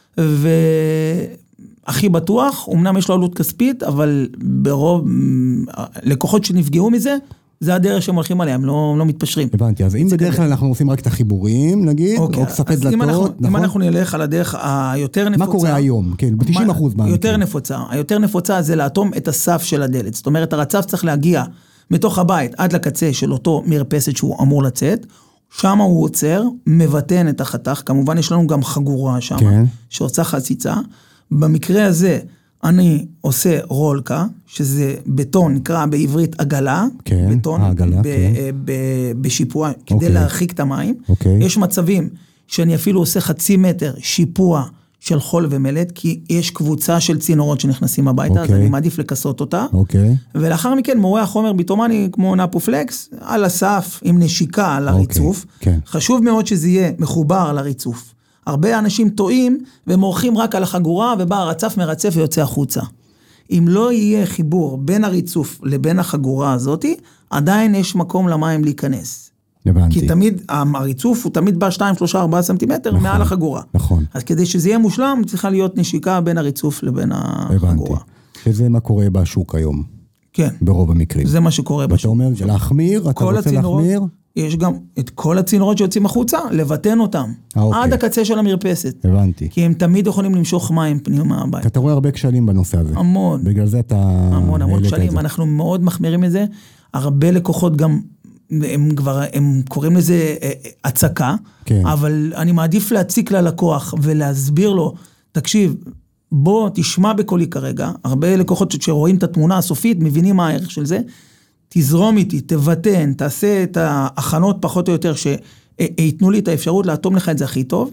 והכי בטוח, אמנם יש לו עלות כספית, אבל ברוב, לקוחות שנפגעו מזה, זה הדרך שהם הולכים עליהם, לא, לא מתפשרים. הבנתי, אז אם בדרך כלל אנחנו עושים רק את החיבורים, נגיד, אוקיי, או כספי דלתות, אם אנחנו, נכון? אם אנחנו נלך על הדרך היותר נפוצה... מה קורה היום? כן, ב-תשעים אחוז מהמקרים. יותר נפוצה. היותר נפוצה זה לאטום את הסף של הדלת. זאת אומרת, הרצף צריך להגיע מתוך הבית עד לקצה של אותו מרפסת שהוא אמור לצאת, שם הוא עוצר, מבטן את החתך, כמובן יש לנו גם חגורה שם, כן. שעושה חציצה. במקרה הזה, אני עושה רולקה, שזה בטון, נקרא בעברית עגלה, כן, בטון, העגלה, ב- כן. ב- בשיפוע, כדי אוקיי. להרחיק את המים. אוקיי. יש מצבים שאני אפילו עושה חצי מטר שיפוע של חול ומלט, כי יש קבוצה של צינורות שנכנסים הביתה, אז אוקיי. אני מעדיף לכסות אותה. אוקיי. ולאחר מכן מורח חומר ביטומני כמו נפופלקס, על הסף עם נשיקה על הריצוף. אוקיי, כן. חשוב מאוד שזה יהיה מחובר לריצוף. הרבה אנשים טועים ומורחים רק על החגורה, ובא הרצף מרצף ויוצא החוצה. אם לא יהיה חיבור בין הריצוף לבין החגורה הזאת, עדיין יש מקום למים להיכנס. הבנתי. כי תמיד, הריצוף הוא תמיד בא שתיים, שלושה, ארבעה סנטימטר נכון, מעל החגורה. נכון. אז כדי שזה יהיה מושלם, צריכה להיות נשיקה בין הריצוף לבין החגורה. הבנתי. שזה מה קורה בשוק היום. כן. ברוב המקרים. זה מה שקורה בשוק. ואתה אומר, להחמיר, אתה רוצה להחמיר? יש גם את כל הצינורות שיוצאים החוצה, לבטן אותם. אוקיי. עד הקצה של המרפסת. הבנתי. כי הם תמיד יכולים למשוך מים פנימה מהבית. אתה רואה הרבה כשלים בנושא הזה. המון. בגלל זה אתה... המון, המון כשלים. אנחנו מאוד מחמירים את זה. הרבה לקוחות גם, הם כבר, הם קוראים לזה הצקה, כן. אבל אני מעדיף להציק ללקוח ולהסביר לו, תקשיב, בוא תשמע בקולי כרגע, הרבה לקוחות שרואים את התמונה הסופית, מבינים מה הערך של זה, תזרום איתי, תבטן, תעשה את ההכנות פחות או יותר, שיתנו לי את האפשרות לאטום לך את זה הכי טוב,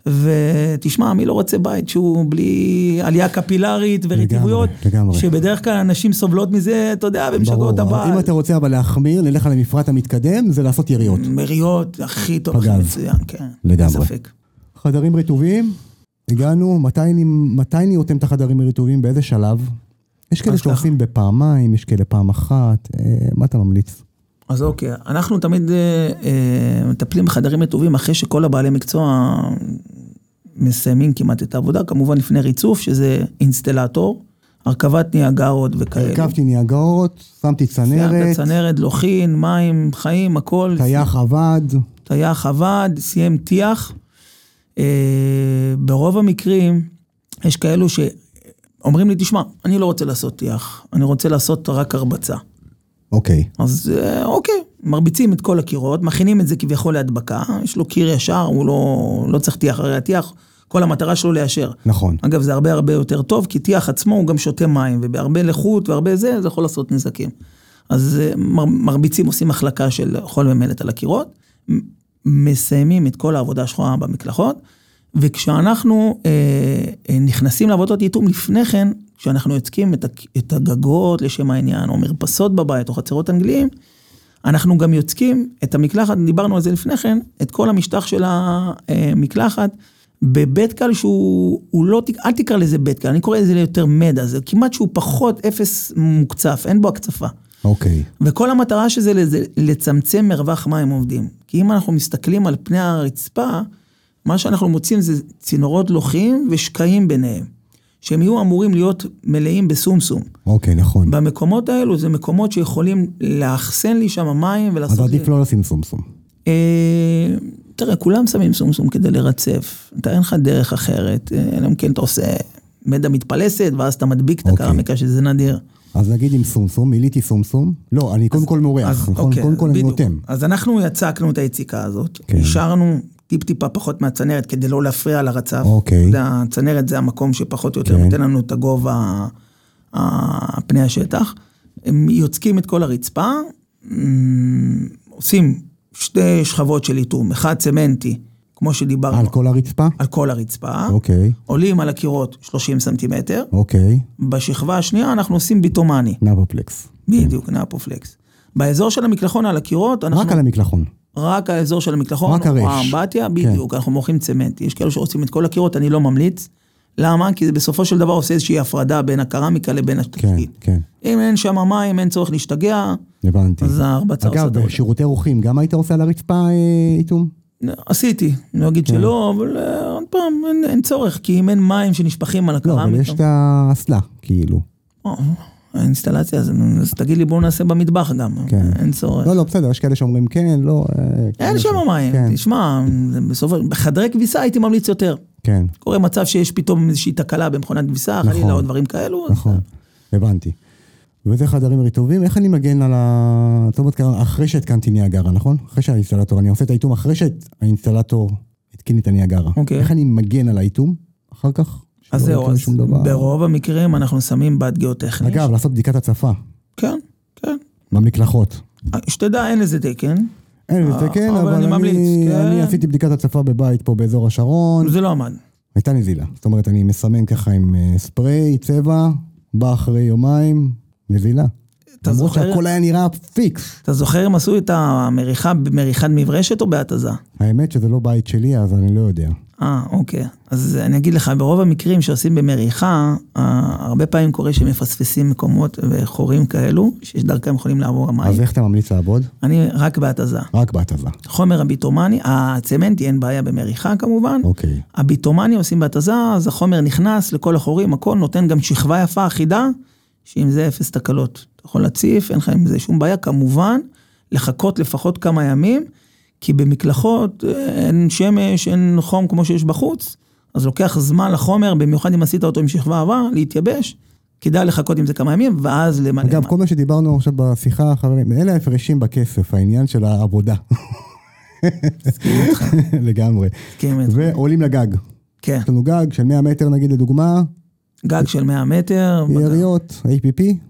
ותשמע, מי לא רוצה בית שהוא בלי עלייה קפילרית ורטיבויות, לגמרי, לגמרי. שבדרך כלל אנשים סובלות מזה, אתה יודע, ומשגעות הבית. אם אתה רוצה אבל להחמיר, נלך על המפרט המתקדם, זה לעשות יריות. יריות, הכי טוב, הכי מצוין, כן. לגמרי. ספק. חדרים רטובים, הגענו, מתי, מתי נהייתם את החדרים רטובים, באיזה שלב? יש כאלה שעושים בפעמיים, יש כאלה פעם אחת, מה אתה ממליץ? אז אוקיי, אנחנו תמיד אה, אה, מטפלים בחדרים רטובים, אחרי שכל הבעלי מקצוע מסיימים כמעט את העבודה, כמובן לפני ריצוף, שזה אינסטלטור, הרכבת ניאגרות וכאלה. הרכבתי ניאגרות, שמתי צנרת. צנרת, לוחין, מים, חיים, הכל. תייח עבד. תייח עבד, סיים תייח. אה, ברוב המקרים, יש כאלו שאומרים לי, תשמע, אני לא רוצה לעשות תייח, אני רוצה לעשות רק הרבצה. אוקיי. אז אוקיי, מרביצים את כל הקירות, מכינים את זה כביכול להדבקה, יש לו קיר ישר, הוא לא, לא צריך תיח, הרי התיח, כל המטרה שלו ליישר. נכון. אגב, זה הרבה הרבה יותר טוב, כי תיח עצמו הוא גם שותה מים, ובהרבה לחוט והרבה זה, זה יכול לעשות נזקים. אז מר, מרביצים, עושים מחלקה של חול ומלט על הקירות, מסיימים את כל העבודה השחורה במקלחות, וכשאנחנו אה, אה, נכנסים לעבודות ייתום לפני כן, כשאנחנו יוצקים את, את הגגות לשם העניין, או מרפסות בבית, או חצרות אנגליים, אנחנו גם יוצקים את המקלחת, דיברנו על זה לפני כן, את כל המשטח של המקלחת, בבית קל שהוא לא, אל תקרא לזה בית קל, אני קורא לזה יותר מדע, זה כמעט שהוא פחות אפס מוקצף, אין בו הקצפה. אוקיי. וכל המטרה שזה לצמצם מרווח מים עובדים. כי אם אנחנו מסתכלים על פני הרצפה, מה שאנחנו מוצאים זה צינורות לוחים ושקעים ביניהם, שהם יהיו אמורים להיות מלאים בסומסום. אוקיי, נכון. במקומות האלו זה מקומות שיכולים לאחסן לי שם מים ולעשות... אז עדיף לא לשים סומסום. תראה, כולם שמים סומסום כדי לרצף. אתה אין לך דרך אחרת. אלא אם כן אתה עושה מדע מתפלסת, ואז אתה מדביק את הקרמיקה, שזה נדיר. אז נגיד עם סומסום, מיליתי סומסום. לא, אני קודם כל מורח, נכון? קודם כל אני נותם. אז אנחנו יצקנו את היציקה הזאת, נשארנו טיפ-טיפה פחות מהצנרת, כדי לא להפריע לרצף. הצנרת זה המקום שפחות או יותר נותן לנו את הגובה פני השטח. הם יוצקים את כל הרצפה, עושים שתי שכבות של איתום, אחד צמנטי, כמו שדיברנו. על כל הרצפה? על כל הרצפה. אוקיי. עולים על הקירות שלושים סנטימטר. אוקיי. בשכבה השנייה אנחנו עושים ביטומני. נאפופלקס. בדיוק, נאפופלקס. באזור של המקלחון על הקירות, אנחנו... רק על המקלחון. רק האזור של המקלחון. רק הרש. האמבטיה, בדיוק, אנחנו מוכרים צמנטי. יש כאלו שעושים את כל הקירות, אני לא ממליץ. למה? כי זה בסופו של דבר עושה איזושהי הפרדה בין הקרמיקה לבין התשתית. כן, כן. אם אין שם מים, אין צורך להשתגע. הבנתי. אז ההרבצה עושה אגב, בשירותי רוחים, גם היית עושה על הרצפה איתום? עשיתי, אני אגיד שלא, אבל עוד פעם, אין צורך, כי אם אין מים שנשפכים על הקרמיקה. לא, אבל יש את האסלה, כאילו. האינסטלציה, אז תגיד לי בואו נעשה במטבח גם, אין צורך. לא, לא, בסדר, יש כאלה שאומרים כן, לא... אין שם מים, תשמע, בחדרי כביסה הייתי ממליץ יותר. כן. קורה מצב שיש פתאום איזושהי תקלה במכונת כביסה, חלילה או דברים כאלו. נכון, הבנתי. וזה חדרים רטובים, איך אני מגן על ה... זאת אומרת, אחרי שהתקנתי ניאגרה, נכון? אחרי שהאינסטלטור, אני עושה את האיתום אחרי שהאינסטלטור התקין את הניאגרה. איך אני מגן על האיתום אחר כך? אז זהו, אז ברוב המקרים אנחנו שמים בד גיאוטכני. אגב, לעשות בדיקת הצפה. כן, כן. במקלחות. שתדע, אין לזה תקן. אין לזה תקן, אבל אני ממליץ. אני עשיתי בדיקת הצפה בבית פה באזור השרון. זה לא עמד. הייתה נזילה. זאת אומרת, אני מסמן ככה עם ספרי, צבע, בא אחרי יומיים, נזילה. למרות שהכל היה נראה פיקס. אתה זוכר אם עשו את המריחה במריחת מברשת או בהתזה? האמת שזה לא בית שלי, אז אני לא יודע. אה, אוקיי. אז אני אגיד לך, ברוב המקרים שעושים במריחה, הרבה פעמים קורה שמפספסים מקומות וחורים כאלו, שיש דרכם יכולים לעבור המים. אז איך אתה ממליץ לעבוד? אני רק בהתזה. רק בהתזה. חומר הביטומני, הצמנטי אין בעיה במריחה כמובן. אוקיי. הביטומני עושים בהתזה, אז החומר נכנס לכל החורים, הכל נותן גם שכבה יפה אחידה, שעם זה אפס תקלות. אתה יכול להציף, אין לך עם זה שום בעיה, כמובן, לחכות לפחות כמה ימים, כי במקלחות אין שמש, אין חום כמו שיש בחוץ, אז לוקח זמן לחומר, במיוחד אם עשית אותו עם שכבה עבה, להתייבש, כדאי לחכות עם זה כמה ימים, ואז למלא. אגב, כל מה שדיברנו עכשיו בשיחה, חברים, אלה ההפרשים בכסף, העניין של העבודה. לגמרי. ועולים לגג. כן. יש לנו גג של מאה מטר, נגיד לדוגמה. גג של מאה מטר. יריות, איי פי פי.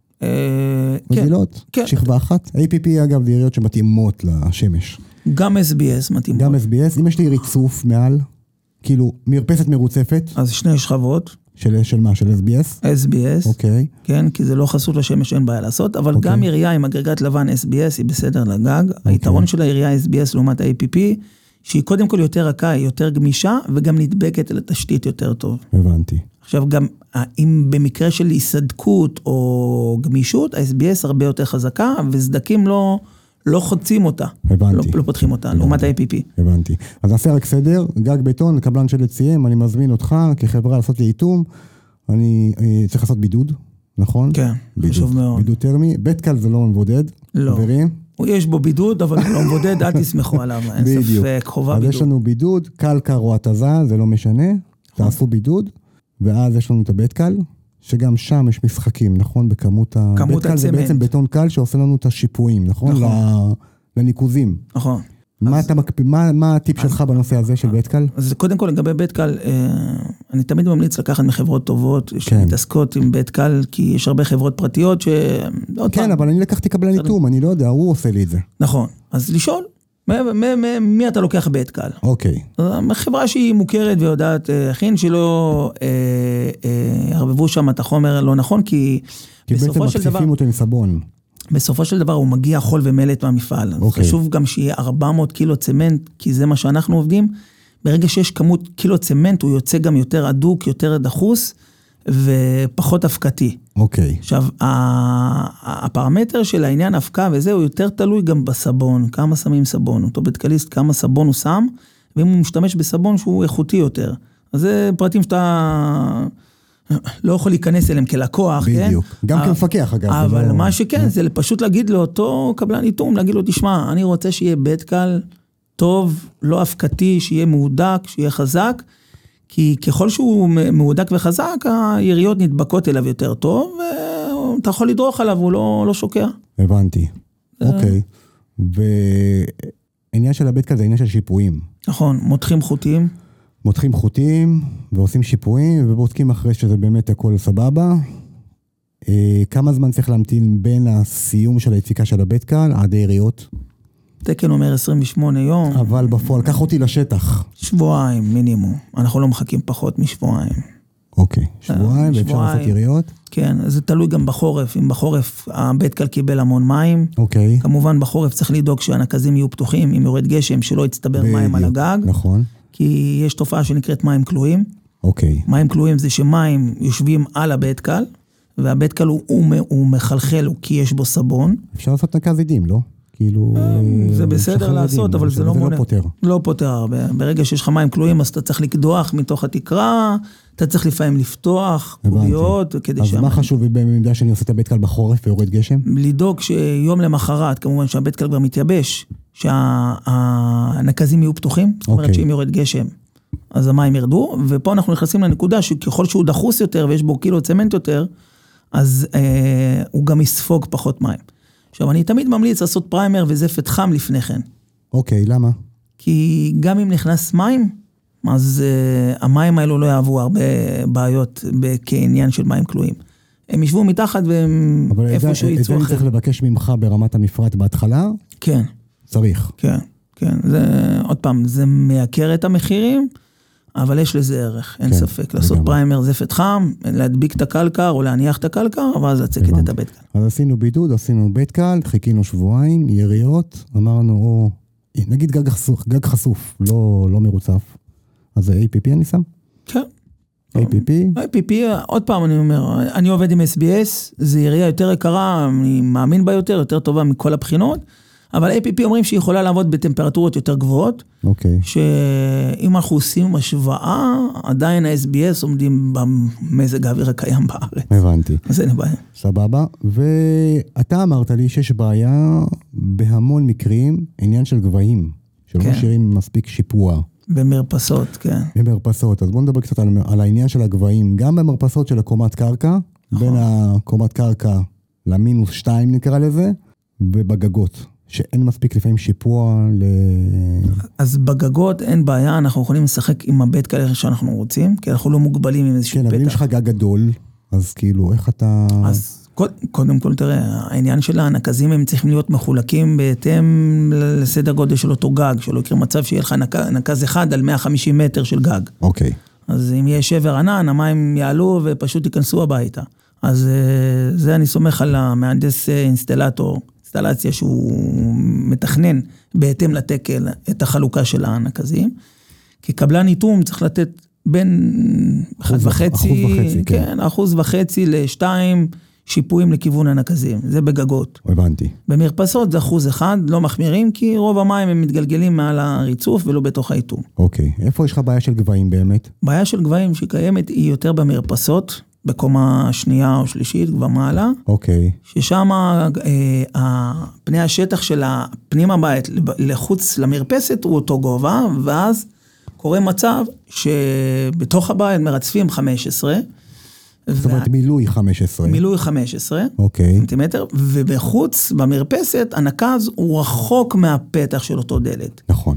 רגילות, שכבה אחת. איי פי פי אגב, זה יריות שמתאימות לשמש. גם אס בי אס מתאימות. גם אס בי אס, אם יש לי ריצוף מעל, כאילו מרפסת מרוצפת. אז שני שכבות. של, של מה? של אס בי אס? אס בי אס. אוקיי. כן, כי זה לא חסות לשמש, אין בעיה לעשות, אבל אוקיי. גם ירייה עם אגרגת לבן אס בי אס היא בסדר לגג. אוקיי. היתרון של הירייה אס בי אס לעומת ה-איי פי פי, שהיא קודם כל יותר רכה, היא יותר גמישה, וגם נדבקת על התשתית יותר טוב. הבנתי. עכשיו גם, אם במקרה של היסדקות או גמישות, ה-אס בי אס הרבה יותר חזקה, וסדקים לא, לא חוצים אותה. הבנתי. לא, לא פותחים אותה, הבנתי. לעומת ה-איי פי פי. הבנתי. אז נעשה רק סדר, גג בטון, קבלן של אציים, אני מזמין אותך כחברה לעשות לי איתום, אני, אני צריך לעשות בידוד, נכון? כן, בידוד, חשוב מאוד. בידוד טרמי, בית קל זה לא מבודד. לא. חברים? יש בו בידוד, אבל הוא לא מבודד, אל תסמכו עליו, אין ספק, חובה בידוד. אז יש לנו בידוד, קל קר או התזה, זה לא משנה, תעשו בידוד. ואז יש לנו את הבית קל, שגם שם יש משחקים, נכון? בכמות ה... כמות בית קל זה בעצם בטון קל שעושה לנו את השיפועים, נכון? נכון. לניקוזים. נכון. מה, אז... אתה מקפ... מה, מה הטיפ שלך אז... בנושא הזה של בית קל? אז קודם כל לגבי בית קל, אני תמיד ממליץ לקחת מחברות טובות, שמתעסקות עם בית קל, כי יש הרבה חברות פרטיות ש... כן, אבל אני לקחתי קבלן איתום, אני לא יודע, הוא עושה לי את זה. נכון. אז לשאול, מי אתה לוקח בית קל? אוקיי. חברה שהיא מוכרת ויודעת, הכין שלא הרבבו שם את החומר לא נכון, כי בסופו של דבר... כי בעצם מקציפים אותו עם סבון. בסופו של דבר הוא מגיע חול ומלט מהמפעל. חשוב גם שיהיה ארבע מאות קילו צמנט, כי זה מה שאנחנו עובדים. ברגע שיש כמות קילו צמנט, הוא יוצא גם יותר עדוק, יותר דחוס, ופחות הפקתי. אוקיי. עכשיו, הפרמטר של העניין הפקה וזה, הוא יותר תלוי גם בסבון, כמה שמים סבון. אותו בית קליסט, כמה סבון הוא שם, ואם הוא משתמש בסבון שהוא איכותי יותר. אז זה פרטים שאתה לא יכול להיכנס אליהם כלקוח, בדיוק. כן? גם כמפקח, אגב. אבל לא... מה שכן, זה פשוט להגיד לאותו קבלן איתום, להגיד לו, תשמע, אני רוצה שיהיה בית קל טוב, לא הפקתי, שיהיה מהודק, שיהיה חזק, כי ככל שהוא מהודק וחזק, היריות נדבקות אליו יותר טוב, ואתה יכול לדרוך עליו, הוא לא, לא שוקע. הבנתי. אוקיי. ועניין של הבית קל זה עניין של שיפועים. נכון, מותחים חוטים. מותחים חוטים, ועושים שיפועים, ובודקים אחרי שזה באמת הכל סבבה. כמה זמן צריך להמתין בין הסיום של היציקה של הבית קל עד היריות? תקן אומר עשרים ושמונה יום. אבל בפועל, קח אותי לשטח. שבועיים מינימום. אנחנו לא מחכים פחות משבועיים. אוקיי, שבועיים, ואפשר לעשות יריות? כן, זה תלוי גם בחורף. אם בחורף הבית קל קיבל המון מים. אוקיי. כמובן בחורף צריך לדאוג שהנקזים יהיו פתוחים, אם יורד גשם, שלא יצטבר מים על הגג. נכון. כי יש תופעה שנקראת מים כלואים. אוקיי. מים כלואים זה שמים יושבים על הבית קל, והבית קל הוא, הוא, הוא מחלחל, כי יש בו סבון. אפשר לעשות נקז עדים, לא? כאילו... זה בסדר לעשות, אבל זה לא מונה. לא פותר. לא פותר הרבה. ברגע שיש לך מים כלואים, אז אתה צריך לקדוח מתוך התקרה, אתה צריך לפעמים לפתוח קוביות, כדי ש... אז מה חשוב במידה שאני עושה את הבית קל בחורף ויורד גשם? לדאוג שיום למחרת, כמובן שהבית קל כבר מתייבש, שהנקזים יהיו פתוחים, זאת אומרת שאם יורד גשם, אז המים ירדו, ופה אנחנו נכנסים לנקודה שככל שהוא דחוס יותר, ויש בו קילו צמנט יותר, אז אה, הוא גם יספוג פחות מים. עכשיו, אני תמיד ממליץ לעשות פריימר וזפת חם לפני כן. אוקיי, למה? כי גם אם נכנס מים, אז uh, המים האלו לא יעבו הרבה בעיות כעניין של מים כלואים. הם ישבו מתחת והם איפשהו יצאו אחר. אבל את זה צריך לבקש ממך ברמת המפרט בהתחלה? כן. צריך. כן, כן. זה, עוד פעם, זה מייקר את המחירים, אבל יש לזה ערך, אין כן, ספק. לעשות לגמרי. פריימר זפת חם, להדביק את הקלקר או להניח את הקלקר, ואז לצקת את הבית קל. אז עשינו בידוד, עשינו בית קל, חיכינו שבועיים, יריות, אמרנו, או, נגיד גג חשוף, גג חשוף, לא, לא מרוצף. אז זה איי פי פי אני שם? כן. איי פי פי? איי פי פי, עוד פעם אני אומר, אני עובד עם אס בי אס, זה ירייה יותר יקרה, אני מאמין בה יותר, יותר טובה מכל הבחינות, אבל איי פי פי אומרים שהיא יכולה לעבוד בטמפרטורות יותר גבוהות, אוקיי. שאם אנחנו עושים השוואה, עדיין ה-אס בי אס עומדים במזג האוויר הקיים בארץ. הבנתי. אז אין בעיה. סבבה, ואתה אמרת לי שיש בעיה בהמון מקרים, עניין של גבהים, שלא כן. משאירים מספיק שיפוע. במרפסות, כן. במרפסות, אז בואו נדבר קצת על, על העניין של הגבהים, גם במרפסות של הקומת קרקע, נכון. בין הקומת קרקע למינוס שתיים נקרא לזה, ובגגות. שאין מספיק לפעמים שיפוע ל... אז בגגות אין בעיה, אנחנו יכולים לשחק עם הבית כאלה שאנחנו רוצים, כי אנחנו לא מוגבלים עם איזשהו פתח. כן, אבל אם יש לך גג גדול, אז כאילו, איך אתה... אז קודם כל, תראה, העניין של הנקזים הם צריכים להיות מחולקים בהתאם לסדר גודל של אותו גג, שלא יקרה מצב שיהיה לך נקז אחד על מאה וחמישים מטר של גג. אוקיי. אז אם יהיה שבר ענן, המים יעלו ופשוט ייכנסו הביתה. אז זה אני סומך על המהנדס אינסטלטור, אינסטלציה שהוא מתכנן בהתאם לתקל את החלוקה של הנקזים. כי קבלן איתום צריך לתת בין אחד וחצי, אחוז וחצי, כן. כן, אחוז וחצי לשתיים שיפועים לכיוון הנקזים, זה בגגות. הבנתי. במרפסות זה אחוז אחד, לא מחמירים, כי רוב המים הם מתגלגלים מעל הריצוף ולא בתוך האיתום. אוקיי, איפה יש לך בעיה של גבהים באמת? בעיה של גבהים שקיימת היא יותר במרפסות, בקומה שנייה או שלישית, כבר מעלה. אוקיי. ששם אה, פני השטח של הפנים הבית לחוץ למרפסת הוא אותו גובה, ואז קורה מצב שבתוך הבית מרצפים חמש עשרה, זאת אומרת, מילוי חמש עשרה. מילוי חמש עשרה. אוקיי. סנטימטר, ובחוץ, במרפסת, הנקז הוא רחוק מהפתח של אותו דלת. נכון.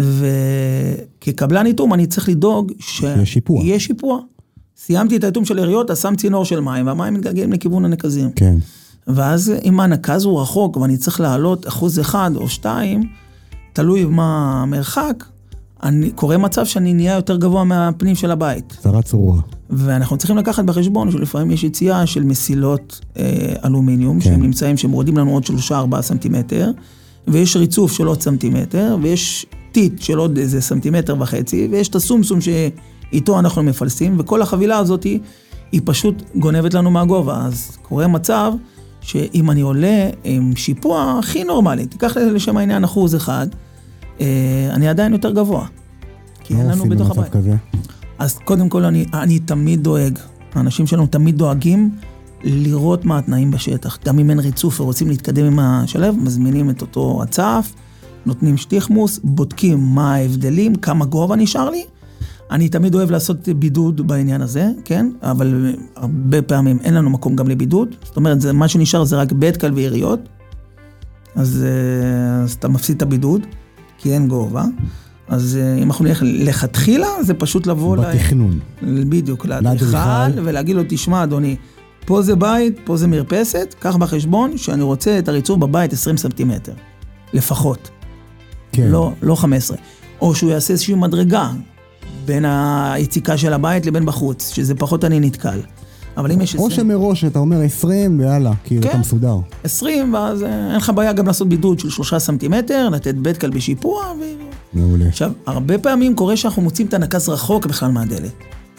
וכקבלן איתום, אני צריך לדאוג שיהיה שיפוע. יהיה שיפוע. סיימתי את האיתום של עיריות, אז שם צינור של מים, והמים מתגלגלים לכיוון הנקזים. כן. ואז אם הנקז הוא רחוק, ואני צריך לעלות אחוז אחד או שתיים, תלוי מה המרחק, אני, קורה מצב שאני נהיה יותר גבוה מהפנים של הבית. צרה צרורה. ואנחנו צריכים לקחת בחשבון שלפעמים יש יציאה של מסילות אה, אלומיניום, כן. שהם נמצאים, שמורדים לנו עוד שלושה ארבעה סנטימטר, ויש ריצוף של עוד סנטימטר, ויש טיט של עוד איזה סנטימטר וחצי, ויש את הסומסום שאיתו אנחנו מפלסים, וכל החבילה הזאת היא, היא פשוט גונבת לנו מהגובה. אז קורה מצב שאם אני עולה עם שיפוע הכי נורמלי, תיקח לשם העניין אחוז אחד, אני עדיין יותר גבוה. כי אין לנו בתוך הבית. כזה? אז קודם כל אני, אני תמיד דואג, האנשים שלנו תמיד דואגים לראות מה התנאים בשטח. גם אם אין ריצוף ורוצים להתקדם עם השלב, מזמינים את אותו הצף, נותנים שטיחמוס, בודקים מה ההבדלים, כמה גובה נשאר לי. אני תמיד אוהב לעשות בידוד בעניין הזה, כן? אבל הרבה פעמים אין לנו מקום גם לבידוד. זאת אומרת, זה, מה שנשאר זה רק בית קל ויריות. אז, אז אתה מפסיד את הבידוד, כי אין גובה. אז אם אנחנו נלך לכתחילה, זה פשוט לבוא... בתכנון. לה... בדיוק, לאדריכל, ולהגיד לו, תשמע, אדוני, פה זה בית, פה זה מרפסת, קח בחשבון שאני רוצה את הריצוף בבית עשרים סנטימטר. לפחות. כן. לא, לא חמש עשרה. או שהוא יעשה איזושהי מדרגה בין היציקה של הבית לבין בחוץ, שזה פחות אני נתקל. אבל אם יש עשרים... או שמראש אתה אומר עשרים ויאללה, כי אתה מסודר. עשרים, ואז אין לך בעיה גם לעשות בידוד של שלושה סנטימטר, לתת בית קל בשיפוע, ו... מעולה. עכשיו, הרבה פעמים קורה שאנחנו מוצאים את הנקז רחוק בכלל מהדלת.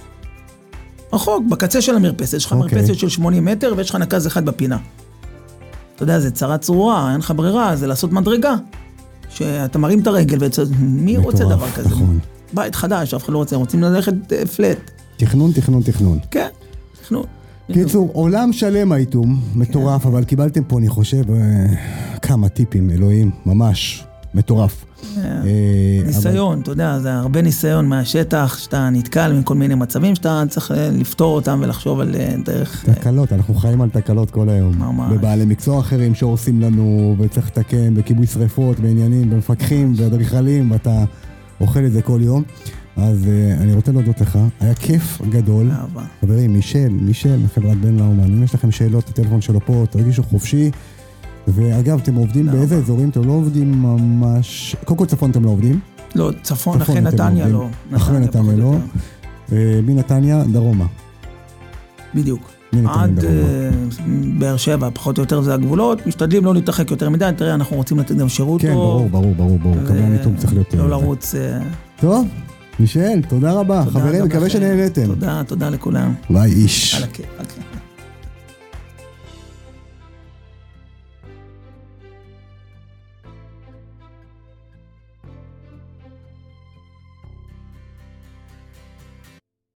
רחוק, בקצה של המרפסת, יש לך מרפסת של שמונים מטר, ויש לך נקז אחד בפינה. אתה יודע, זה צרה צרורה, אין לך ברירה, זה לעשות מדרגה. שאתה מרים את הרגל, ומי רוצה דבר כזה? בית חדש, אף אחד לא רוצה, רוצים ללכת פלט. תכנון, תכנון, תכנון. כן, תכנון. קיצור, עולם שלם האיתום, מטורף, אבל קיבלתם פה, אני חושב, כמה טיפים, אלוהים, ממש מטורף. ניסיון, אתה יודע, זה הרבה ניסיון מהשטח, שאתה נתקל מכל מיני מצבים, שאתה צריך לפתור אותם ולחשוב על דרך... תקלות, אנחנו חיים על תקלות כל היום. ממש. בבעלי מקצוע אחרים שעושים לנו, וצריך לתקן, בכיבוי שריפות, בעניינים, במפקחים, באדריכלים, ואתה אוכל את זה כל יום. אז uh, אני רוצה להודות לך, היה כיף גדול. אהבה. חברים, מישל, מישל, מחברת בן לאומן, אם יש לכם שאלות, הטלפון שלו פה, תרגישו חופשי. ואגב, אתם עובדים אהבה. באיזה אזורים? אתם לא עובדים ממש... קודם כל צפון אתם לא עובדים? לא, צפון, אחרי נתניה לא. אחרי נתניה לא. מנתניה, דרומה. בדיוק. עד באר שבע, פחות או יותר זה הגבולות, משתדלים לא להתרחק יותר מדי, תראה, אנחנו רוצים לתת גם שירות כן, ברור, ברור, ברור, ברור. קבלן ניתום צריך להיות... לא לרוץ... טוב. מישל, תודה רבה. חברים, מקווה שנהנתם. תודה, תודה לכולם. ביי איש. על הכיף.